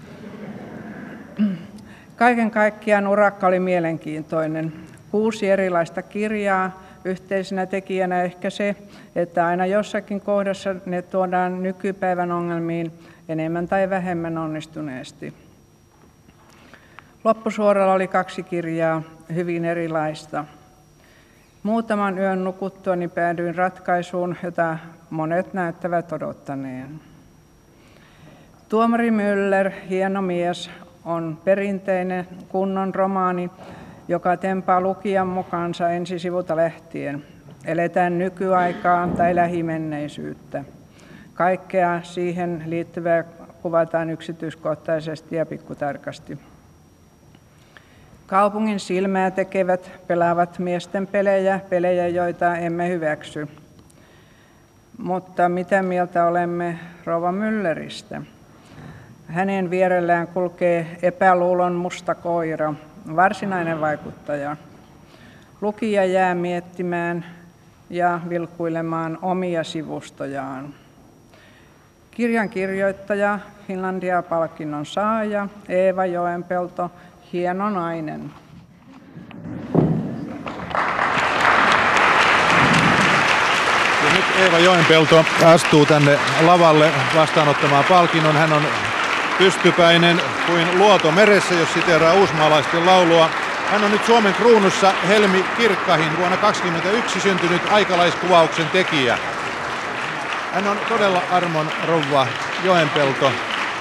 E: Kaiken kaikkiaan urakka oli mielenkiintoinen. 6 erilaista kirjaa, yhteisenä tekijänä ehkä se, että aina jossakin kohdassa ne tuodaan nykypäivän ongelmiin enemmän tai vähemmän onnistuneesti. Loppusuoralla oli 2 kirjaa, hyvin erilaista. Muutaman yön nukuttuani päädyin ratkaisuun, jota monet näyttävät odottaneen. Tuomari Müller, hieno mies, on perinteinen kunnon romaani, joka tempaa lukijan mukaansa ensisivulta lähtien. Eletään nykyaikaa tai lähimenneisyyttä. Kaikkea siihen liittyvää kuvataan yksityiskohtaisesti ja pikkutarkasti. Kaupungin silmää tekevät pelaavat miesten pelejä, joita emme hyväksy. Mutta mitä mieltä olemme rouva Mülleristä? Hänen vierellään kulkee epäluulon musta koira, varsinainen vaikuttaja. Lukija jää miettimään ja vilkuilemaan omia sivustojaan. Kirjan kirjoittaja, Finlandia-palkinnon saaja Eeva Joenpelto, hieno nainen.
F: Ja nyt Eeva Joenpelto astuu tänne lavalle vastaanottamaan palkinnon. Hän on pystypäinen kuin luoto meressä, jos siteeraa uusmaalaisten laulua. Hän on nyt Suomen kruunussa Helmi Kirkkahin vuonna 1921 syntynyt aikalaiskuvauksen tekijä. Hän on todella armon rouva Joenpelto.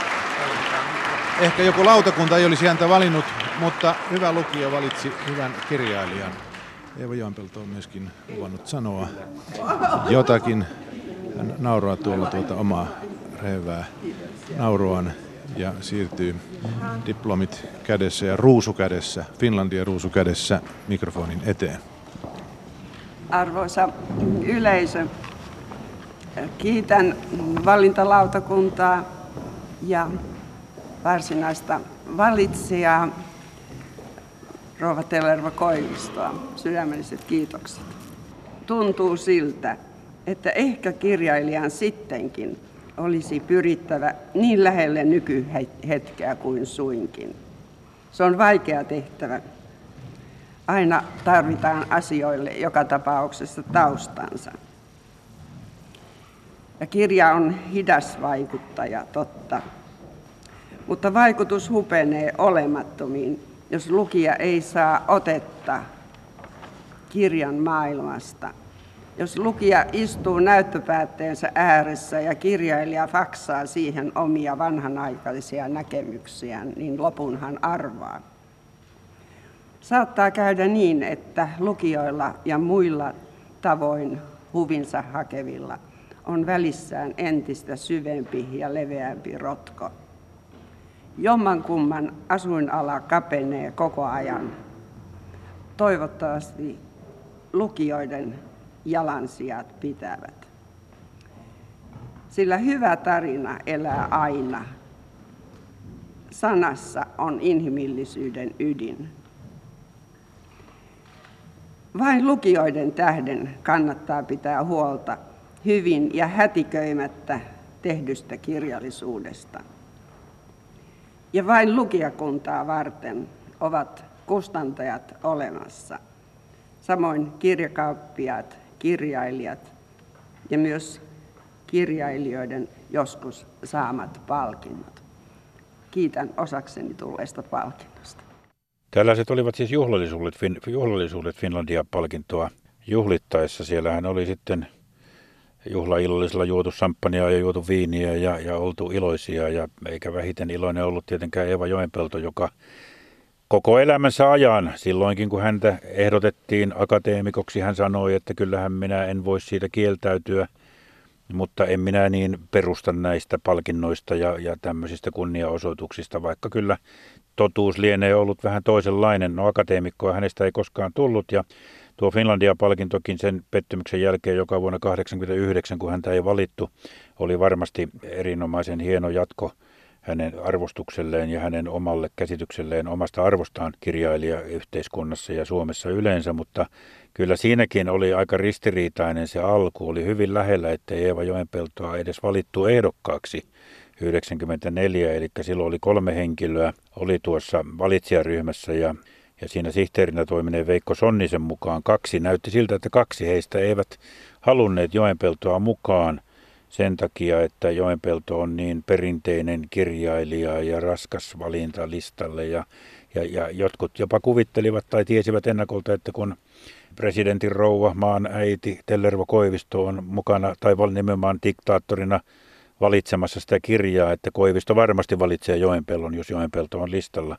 F: Ehkä joku lautakunta ei olisi häntä valinnut, mutta hyvä lukija valitsi hyvän kirjailijan. Eeva Joenpelto on myöskin luvannut sanoa jotakin. Hän nauraa tuolla omaa rehevää nauruaan ja siirtyy diplomit kädessä ja ruusu kädessä, Finlandia ruusu kädessä mikrofonin eteen.
G: Arvoisa yleisö, kiitän valintalautakuntaa ja varsinaista valitsijaa, rouva Tellervo Koivistoa. Sydämelliset kiitokset. Tuntuu siltä, että ehkä kirjailijan sittenkin olisi pyrittävä niin lähelle nykyhetkeä kuin suinkin. Se on vaikea tehtävä. Aina tarvitaan asioille joka tapauksessa taustansa. Ja kirja on hidas vaikuttaja, totta. Mutta vaikutus hupenee olemattomiin, jos lukija ei saa otetta kirjan maailmasta. Jos lukija istuu näyttöpäätteensä ääressä ja kirjailija faksaa siihen omia vanhanaikaisia näkemyksiään, niin lopunhan arvaa. Saattaa käydä niin, että lukijoilla ja muilla tavoin huvinsa hakevilla on välissään entistä syvempi ja leveämpi rotko. Jommankumman asuinala kapenee koko ajan. Toivottavasti lukijoiden jalansijat pitävät. Sillä hyvä tarina elää aina. Sanassa on inhimillisyyden ydin. Vain lukijoiden tähden kannattaa pitää huolta hyvin ja hätiköimättä tehdystä kirjallisuudesta. Ja vain lukijakuntaa varten ovat kustantajat olemassa. Samoin kirjakauppiaat, kirjailijat ja myös kirjailijoiden joskus saamat palkinnot. Kiitän osakseni tulleesta palkinnosta.
C: Tällaiset olivat siis juhlallisuudet Finlandia-palkintoa juhlittaessa. Siellähän oli sitten juhlaillallisella juotu samppania ja juotu viiniä ja oltu iloisia. Ja eikä vähiten iloinen ollut tietenkään Eeva Joenpelto, joka koko elämänsä ajan, silloinkin kun häntä ehdotettiin akateemikoksi, hän sanoi, että kyllähän minä en voi siitä kieltäytyä, mutta en minä niin perusta näistä palkinnoista ja tämmöisistä kunniaosoituksista, vaikka kyllä totuus lienee ollut vähän toisenlainen. No akateemikkoa hänestä ei koskaan tullut ja tuo Finlandia-palkintokin sen pettymyksen jälkeen, joka vuonna 1989, kun häntä ei valittu, oli varmasti erinomaisen hieno jatko hänen arvostukselleen ja hänen omalle käsitykselleen omasta arvostaan kirjailijayhteiskunnassa ja Suomessa yleensä, mutta kyllä siinäkin oli aika ristiriitainen se alku. Oli hyvin lähellä, ettei Eeva Joenpeltoa edes valittu ehdokkaaksi 1994, eli silloin oli 3 henkilöä, oli tuossa valitsijaryhmässä ja siinä sihteerinä toimineen Veikko Sonnisen mukaan 2. Näytti siltä, että 2 heistä eivät halunneet Joenpeltoa mukaan sen takia, että Joenpelto on niin perinteinen kirjailija ja raskas valinta listalle ja jotkut jopa kuvittelivat tai tiesivät ennakolta, että kun presidentin rouva, maan äiti Tellervo Koivisto on mukana tai nimenomaan diktaattorina valitsemassa sitä kirjaa, että Koivisto varmasti valitsee Joenpellon, jos Joenpelto on listalla.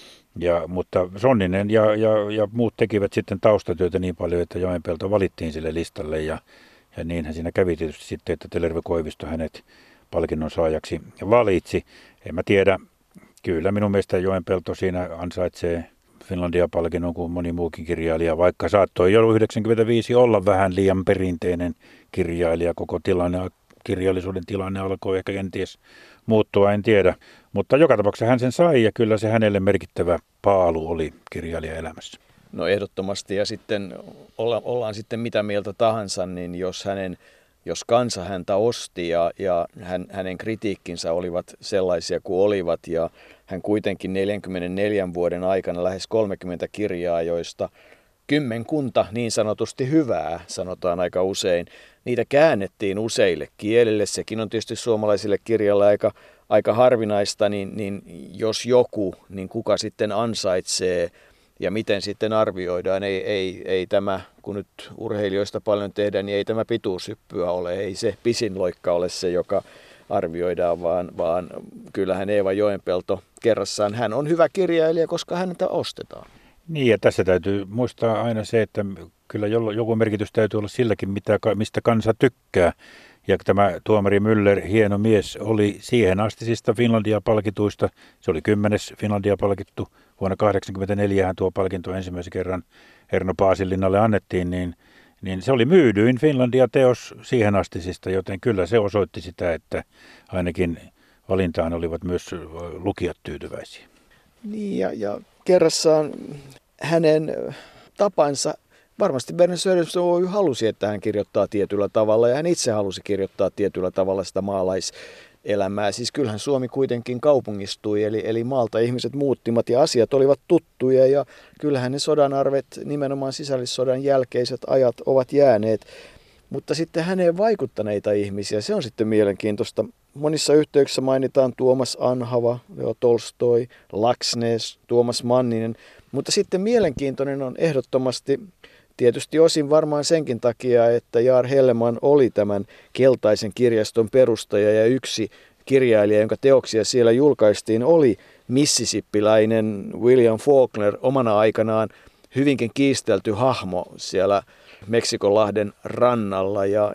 C: Mutta Sonninen ja muut tekivät sitten taustatyötä niin paljon, että Joenpelto valittiin sille listalle ja niinhän siinä kävi tietysti sitten, että Tellervo Koivisto hänet palkinnon saajaksi valitsi. En mä tiedä, kyllä minun mielestä Joenpelto siinä ansaitsee Finlandia-palkinnon kuin moni muukin kirjailija, vaikka saattoi jo 95 olla vähän liian perinteinen kirjailija. Koko kirjallisuuden tilanne alkoi ehkä kenties muuttua, en tiedä. Mutta joka tapauksessa hän sen sai ja kyllä se hänelle merkittävä paalu oli kirjailijaelämässä.
B: No ehdottomasti, ja sitten ollaan sitten mitä mieltä tahansa, niin jos kansa häntä osti ja hänen kritiikkinsä olivat sellaisia kuin olivat, ja hän kuitenkin 44 vuoden aikana lähes 30 kirjaa, joista kymmenkunta niin sanotusti hyvää, sanotaan aika usein, niitä käännettiin useille kielille. Sekin on tietysti suomalaisille kirjalle aika harvinaista, niin jos joku, niin kuka sitten ansaitsee ja miten sitten arvioidaan. Ei tämä, kun nyt urheilijoista paljon tehdään, niin ei tämä pituushyppyä ole, ei se pisin loikka ole se, joka arvioidaan, vaan kyllähän Eeva Joenpelto kerrassaan, hän on hyvä kirjailija, koska häntä ostetaan.
C: Niin, ja tässä täytyy muistaa aina se, että kyllä joku merkitys täytyy olla silläkin, mistä kansa tykkää. Ja tämä tuomari Müller, hieno mies, oli siihen astisista Finlandia-palkituista. Se oli 10. Finlandia-palkittu. Vuonna 1984 tuo palkinto ensimmäisen kerran Erno Paasilinnalle annettiin, niin se oli myydyin Finlandia-teos siihen astisista, joten kyllä se osoitti sitä, että ainakin valintaan olivat myös lukijat tyytyväisiä.
B: Niin, ja kerrassaan hänen tapansa, varmasti Berner Söderström halusi, että hän kirjoittaa tietyllä tavalla, ja hän itse halusi kirjoittaa tietyllä tavalla sitä maalaiselämää. Siis kyllähän Suomi kuitenkin kaupungistui, eli maalta ihmiset muuttimat ja asiat olivat tuttuja, ja kyllähän ne sodan arvet, nimenomaan sisällissodan jälkeiset ajat ovat jääneet. Mutta sitten häneen vaikuttaneita ihmisiä, se on sitten mielenkiintoista. Monissa yhteyksissä mainitaan Tuomas Anhava, Leo Tolstoi, Laksnes, Tuomas Manninen, mutta sitten mielenkiintoinen on ehdottomasti tietysti osin varmaan senkin takia, että Jar Helleman oli tämän keltaisen kirjaston perustaja ja yksi kirjailija, jonka teoksia siellä julkaistiin, oli mississippiläinen William Faulkner, omana aikanaan hyvinkin kiistelty hahmo siellä Meksikonlahden rannalla ja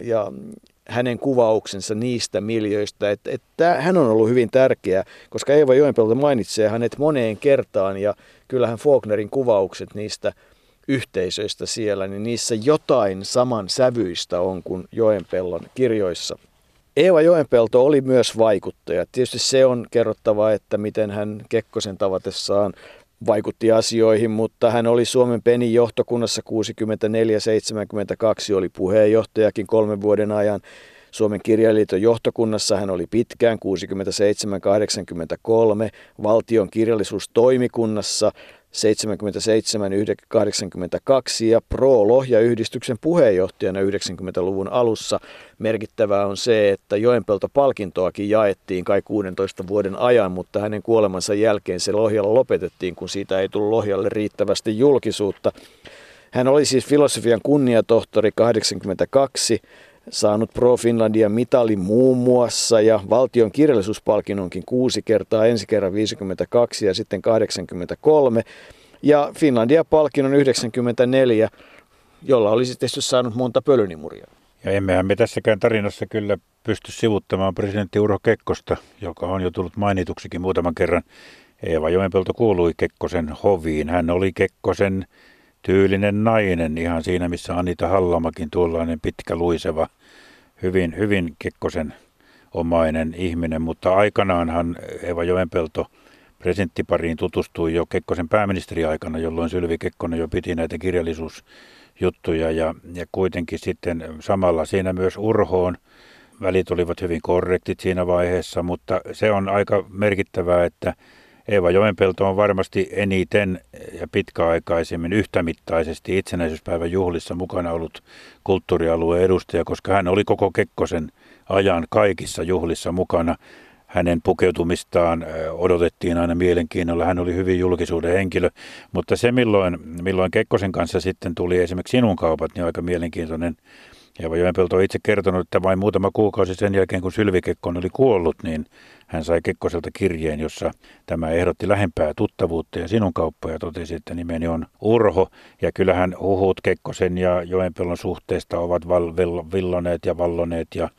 B: hänen kuvauksensa niistä miljöistä, että hän on ollut hyvin tärkeä, koska Eeva Joenpelto mainitsee hänet moneen kertaan ja kyllähän Faulknerin kuvaukset niistä yhteisöistä siellä, niin niissä jotain saman sävyistä on kuin Joenpellon kirjoissa. Eeva Joenpelto oli myös vaikuttaja. Tietysti se on kerrottava, että miten hän Kekkosen tavatessaan vaikutti asioihin, mutta hän oli Suomen Penin johtokunnassa 64-72, oli puheenjohtajakin 3 vuoden ajan. Suomen kirjaliiton johtokunnassa hän oli pitkään 67-83, valtion kirjallisuustoimikunnassa 77-82 ja Pro-Lohja-yhdistyksen puheenjohtajana 90-luvun alussa. Merkittävää on se, että Joenpelto-palkintoakin jaettiin kai 16 vuoden ajan, mutta hänen kuolemansa jälkeen se Lohjalla lopetettiin, kun siitä ei tullut Lohjalle riittävästi julkisuutta. Hän oli siis filosofian kunniatohtori 82, saanut Pro Finlandia mitalin muun muassa ja valtion kirjallisuuspalkinnonkin 6 kertaa, ensi kerran 52 ja sitten 83 ja Finlandia-palkinnon 94, jolla olisi tietysti saanut monta pölynimuria.
C: Ja emmehän me tässäkään tarinassa kyllä pysty sivuttamaan presidentti Urho Kekkosta, joka on jo tullut mainituksikin muutaman kerran. Eeva Joenpelto kuului Kekkosen hoviin. Hän oli Kekkosen tyylinen nainen, ihan siinä missä Anita Hallamakin, tuollainen pitkä luiseva, hyvin Kekkosen omainen ihminen, mutta aikanaanhan Eeva Joenpelto presidenttipariin tutustui jo Kekkosen pääministeriaikana, jolloin Sylvi Kekkonen jo piti näitä kirjallisuusjuttuja ja kuitenkin sitten samalla siinä myös Urhoon. Välit olivat hyvin korrektit siinä vaiheessa, mutta se on aika merkittävää, että Eeva Joenpelto on varmasti eniten ja pitkäaikaisemmin yhtämittaisesti itsenäisyyspäivän juhlissa mukana ollut kulttuurialueen edustaja, koska hän oli koko Kekkosen ajan kaikissa juhlissa mukana. Hänen pukeutumistaan odotettiin aina mielenkiinnolla. Hän oli hyvin julkisuuden henkilö, mutta se milloin Kekkosen kanssa sitten tuli esimerkiksi Sinun kaupat, niin aika mielenkiintoinen. Eeva Joenpelto on itse kertonut, että vain muutama kuukausi sen jälkeen, kun Sylvi Kekkonen oli kuollut, niin hän sai Kekkoselta kirjeen, jossa tämä ehdotti lähempää tuttavuutta ja Sinun kauppa ja totesi, että nimeni on Urho. Ja kyllähän huhut Kekkosen ja Joenpellon suhteesta ovat villoneet ja valloneet ja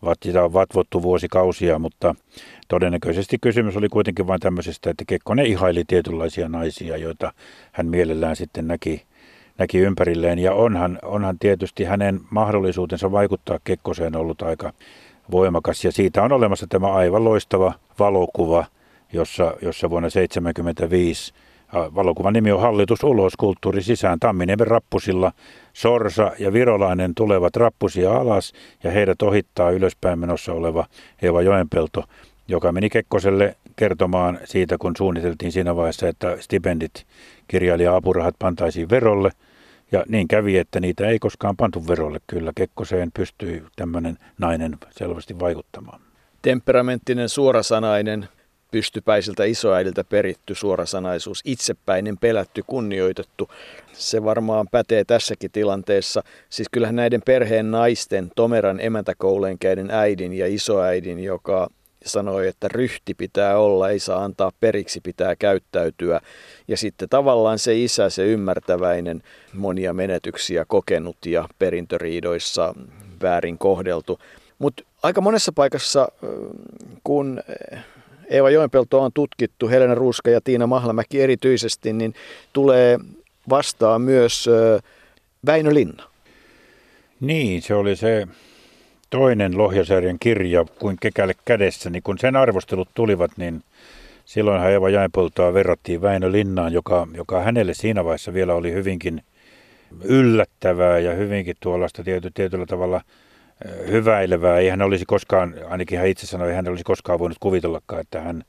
C: Sitä on vatvottu vuosikausia, mutta todennäköisesti kysymys oli kuitenkin vain tämmöisestä, että Kekkonen ihaili tietynlaisia naisia, joita hän mielellään sitten näki ympärilleen. Ja onhan tietysti hänen mahdollisuutensa vaikuttaa Kekkoseen ollut aika voimakas. Ja siitä on olemassa tämä aivan loistava valokuva, jossa vuonna 1975 valokuvan nimi on Hallitus ulos, kulttuuri sisään. Tamminiemen rappusilla Sorsa ja Virolainen tulevat rappusia alas ja heidät ohittaa ylöspäin menossa oleva Eeva Joenpelto, joka meni Kekkoselle kertomaan siitä, kun suunniteltiin siinä vaiheessa, että stipendit, kirjailija-apurahat pantaisiin verolle. Ja niin kävi, että niitä ei koskaan pantu verolle. Kyllä Kekkoseen pystyi tämmöinen nainen selvästi vaikuttamaan.
B: Temperamenttinen, suorasanainen, pystypäisiltä isoäidiltä peritty suorasanaisuus, itsepäinen, pelätty, kunnioitettu. Se varmaan pätee tässäkin tilanteessa. Siis kyllähän näiden perheen naisten, Tomeran emäntäkouleen käydyn äidin ja isoäidin, joka sanoi, että ryhti pitää olla, ei saa antaa periksi, pitää käyttäytyä. Ja sitten tavallaan se isä, se ymmärtäväinen, monia menetyksiä kokenut ja perintöriidoissa väärin kohdeltu. Mutta aika monessa paikassa, kun Eeva Joenpeltoa on tutkittu, Helena Ruuska ja Tiina Mahlamäki erityisesti, niin tulee vastaan myös Väinö Linna.
C: Niin, se oli se toinen Lohjasarjan kirja kuin Kekälle kädessä. Niin kun sen arvostelut tulivat, niin silloinhan Eeva Joenpeltoa verrattiin Väinö Linnaan, joka hänelle siinä vaiheessa vielä oli hyvinkin yllättävää ja hyvinkin tuollaista tietyllä tavalla hyväilevää. Ei hän olisi koskaan, ainakin hän itse sanoi, ei hän olisi koskaan voinut kuvitellakaan, että hän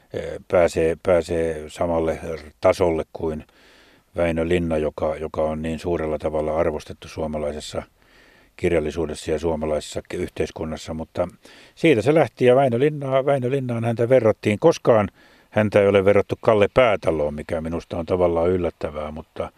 C: pääsee samalle tasolle kuin Väinö Linna, joka on niin suurella tavalla arvostettu suomalaisessa kirjallisuudessa ja suomalaisessa yhteiskunnassa. Mutta siitä se lähti ja Väinö Linnaan häntä verrattiin. Koskaan häntä ei ole verrattu Kalle Päätaloon, mikä minusta on tavallaan yllättävää, mutta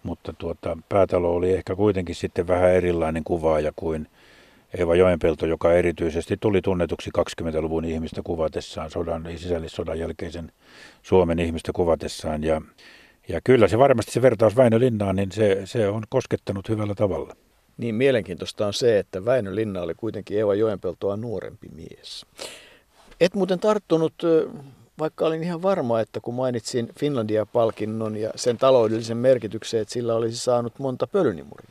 C: Päätalo oli ehkä kuitenkin sitten vähän erilainen kuvaaja kuin Eeva Joenpelto, joka erityisesti tuli tunnetuksi 20-luvun ihmistä kuvatessaan, sisällissodan jälkeisen Suomen ihmistä kuvatessaan. Ja kyllä se varmasti se vertaus Väinö Linnaan, niin se on koskettanut hyvällä tavalla.
B: Niin mielenkiintoista on se, että Väinö Linna oli kuitenkin Eeva Joenpeltoa nuorempi mies. Et muuten tarttunut, vaikka olin ihan varma, että kun mainitsin Finlandia-palkinnon ja sen taloudellisen merkityksen, että sillä olisi saanut monta pölynimuria.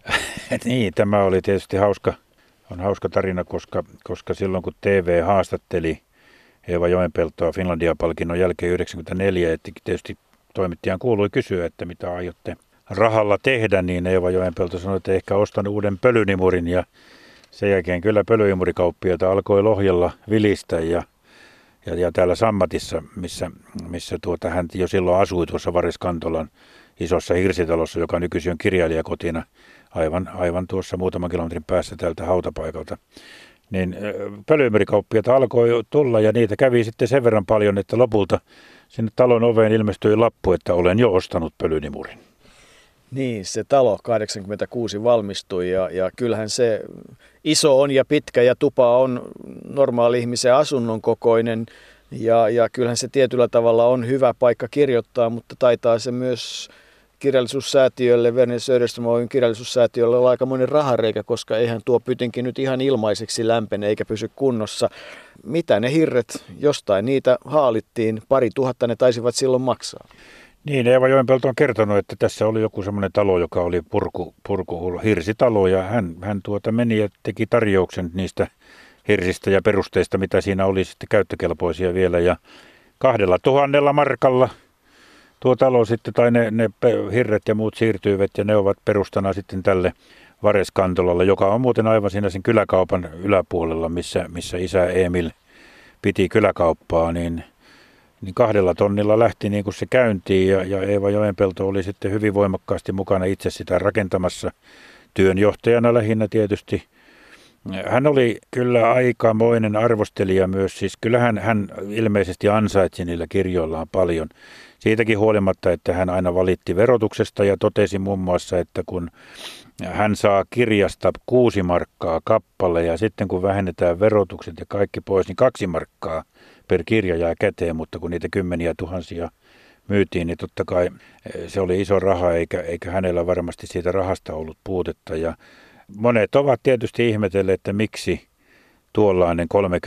C: Niin, tämä oli tietysti hauska tarina, koska silloin kun TV haastatteli Eeva Joenpeltoa Finlandia-palkinnon jälkeen 1994, että tietysti toimittajan kuului kysyä, että mitä aiotte rahalla tehdä, niin Eeva Joenpelto sanoi, että ehkä ostan uuden pölynimurin ja sen jälkeen kyllä pölynimurikauppiaita alkoi Lohjalla vilistä ja täällä Sammatissa, missä hän jo silloin asui tuossa Vareskantolan isossa hirsitalossa, joka nykyisin on kirjailijakotina aivan tuossa muutaman kilometrin päässä tältä hautapaikalta. Niin pölynimurikauppiaita alkoi tulla ja niitä kävi sitten sen verran paljon, että lopulta sinne talon oveen ilmestyi lappu, että olen jo ostanut pölynimurin.
B: Niin, se talo 86 valmistui ja kyllähän se iso on ja pitkä ja tupa on normaali ihmisen asunnon kokoinen ja kyllähän se tietyllä tavalla on hyvä paikka kirjoittaa, mutta taitaa se myös kirjallisuussäätiölle, Verner Söderström Oyn kirjallisuussäätiölle olla aikamoinen rahareikä, koska eihän tuo pytinkin nyt ihan ilmaiseksi lämpene eikä pysy kunnossa. Mitä ne hirret, jostain niitä haalittiin, 2000 ne taisivat silloin maksaa.
C: Niin, Eeva Joenpelto on kertonut, että tässä oli joku semmoinen talo, joka oli hirsitalo ja hän meni ja teki tarjouksen niistä hirsistä ja perusteista, mitä siinä oli sitten käyttökelpoisia vielä ja 2000 markalla tuo talo sitten, tai ne hirret ja muut siirtyivät ja ne ovat perustana sitten tälle Vareskantolalle, joka on muuten aivan siinä sen kyläkaupan yläpuolella, missä isä Emil piti kyläkauppaa, niin 2 lähti niin kuin se käyntiin ja Eeva Joenpelto oli sitten hyvin voimakkaasti mukana itse sitä rakentamassa työnjohtajana lähinnä tietysti. Hän oli kyllä aikamoinen arvostelija myös, siis kyllä hän ilmeisesti ansaitsi niillä kirjoillaan paljon. Siitäkin huolimatta, että hän aina valitti verotuksesta ja totesi muun muassa, että kun hän saa kirjasta 6 markkaa kappale ja sitten kun vähennetään verotukset ja kaikki pois, niin 2 markkaa per kirja jää käteen, mutta kun niitä kymmeniä tuhansia myytiin, niin totta kai se oli iso raha eikä hänellä varmasti siitä rahasta ollut puutetta. Ja monet ovat tietysti ihmetelleet, että miksi tuollainen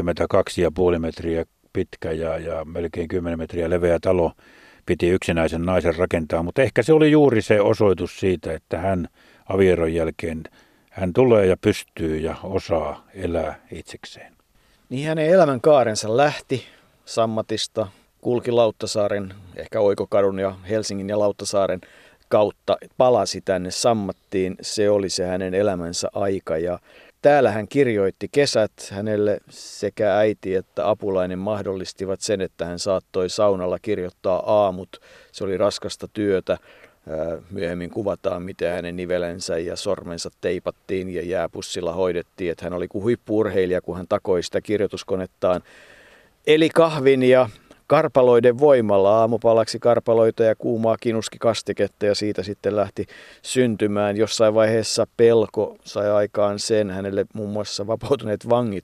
C: 32,5 metriä pitkä ja melkein 10 metriä leveä talo piti yksinäisen naisen rakentaa, mutta ehkä se oli juuri se osoitus siitä, että hän avioeron jälkeen, hän tulee ja pystyy ja osaa elää itsekseen.
B: Niin hänen elämänkaarensa lähti Sammatista, kulki Lauttasaaren, ehkä Oikokadun ja Helsingin ja Lauttasaaren kautta, palasi tänne Sammattiin. Se oli se hänen elämänsä aika ja täällä hän kirjoitti kesät. Hänelle sekä äiti että apulainen mahdollistivat sen, että hän saattoi saunalla kirjoittaa aamut. Se oli raskasta työtä. Myöhemmin kuvataan, miten hänen nivelensä ja sormensa teipattiin ja jääpussilla hoidettiin. Että hän oli kuin huippu-urheilija, kun hän takoi sitä kirjoituskonettaan. Eli kahvin ja karpaloiden voimalla, aamupalaksi karpaloita ja kuumaa kinuskikastiketta ja siitä sitten lähti syntymään. Jossain vaiheessa pelko sai aikaan sen, hänelle muun muassa vapautuneet vangit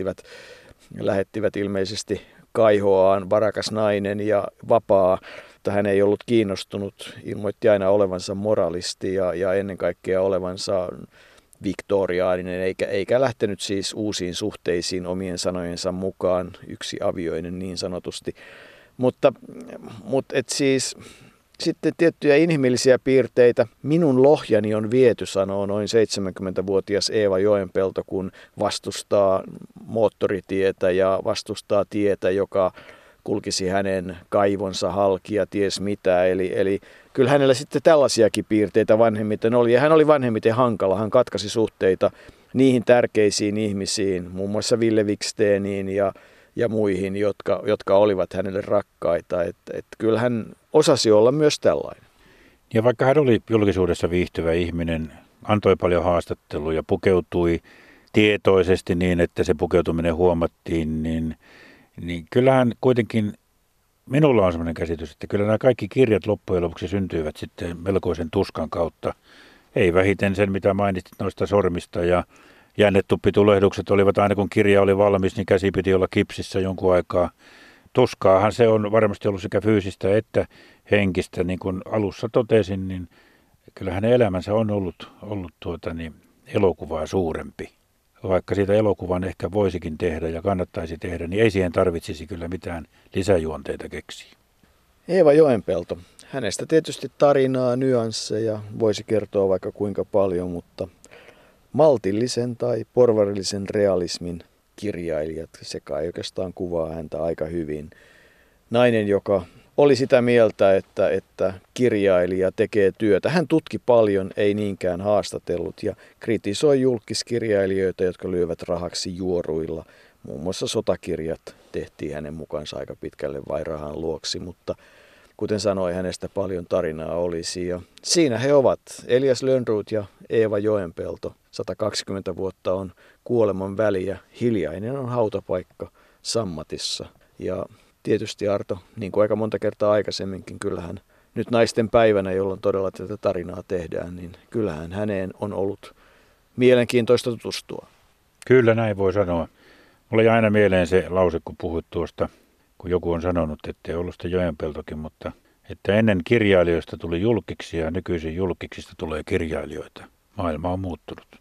B: lähettivät ilmeisesti kaihoaan varakas nainen ja vapaa, mutta hän ei ollut kiinnostunut, ilmoitti aina olevansa moralisti ja ennen kaikkea olevansa viktoriaaninen, eikä lähtenyt siis uusiin suhteisiin omien sanojensa mukaan, yksiavioinen niin sanotusti. Mutta siis sitten tiettyjä inhimillisiä piirteitä. Minun lohjani on viety, sanoo noin 70-vuotias Eeva Joenpelto, kun vastustaa moottoritietä ja vastustaa tietä, joka kulkisi hänen kaivonsa halki ja ties mitä. Eli kyllä hänellä sitten tällaisiakin piirteitä vanhemmiten oli. Ja hän oli vanhemmiten hankala. Hän katkaisi suhteita niihin tärkeisiin ihmisiin, muun muassa Ville Wiksteniin ja muihin, jotka olivat hänelle rakkaita. Et kyllä hän osasi olla myös tällainen.
C: Ja vaikka hän oli julkisuudessa viihtyvä ihminen, antoi paljon haastatteluja, pukeutui tietoisesti niin, että se pukeutuminen huomattiin, niin kyllähän kuitenkin minulla on sellainen käsitys, että kyllä nämä kaikki kirjat loppujen lopuksi syntyivät sitten melkoisen tuskan kautta. Ei vähiten sen, mitä mainitsit noista sormista ja jännetuppitulehdukset olivat aina kun kirja oli valmis, niin käsi piti olla kipsissä jonkun aikaa. Tuskaahan se on varmasti ollut sekä fyysistä että henkistä, niin kuin alussa totesin, niin kyllä hänen elämänsä on ollut elokuvaa suurempi. Vaikka siitä elokuvan ehkä voisikin tehdä ja kannattaisi tehdä, niin ei siihen tarvitsisi kyllä mitään lisäjuonteita keksiä.
B: Eeva Joenpelto. Hänestä tietysti tarinaa, nyansseja voisi kertoa vaikka kuinka paljon, mutta maltillisen tai porvarillisen realismin kirjailijat, se kai oikeastaan kuvaa häntä aika hyvin. Nainen, joka oli sitä mieltä, että kirjailija tekee työtä. Hän tutki paljon, ei niinkään haastatellut ja kritisoi julkiskirjailijoita, jotka lyövät rahaksi juoruilla. Muun muassa sotakirjat tehtiin hänen mukaansa aika pitkälle vain rahan luoksi, mutta kuten sanoi, hänestä paljon tarinaa olisi. Ja siinä he ovat, Elias Lönnrot ja Eeva Joenpelto. 120 vuotta on kuoleman väliä. Hiljainen on hautapaikka Sammatissa. Ja tietysti Arto, niin kuin aika monta kertaa aikaisemminkin, kyllähän nyt naisten päivänä, jolloin todella tätä tarinaa tehdään, niin kyllähän häneen on ollut mielenkiintoista tutustua.
C: Kyllä näin voi sanoa. Mulla jäi aina mieleen se lause, kun puhuit tuosta, kun joku on sanonut, ettei ollut sitä Joenpeltokin, mutta että ennen kirjailijoista tuli julkiksi ja nykyisin julkiksista tulee kirjailijoita. Maailma on muuttunut.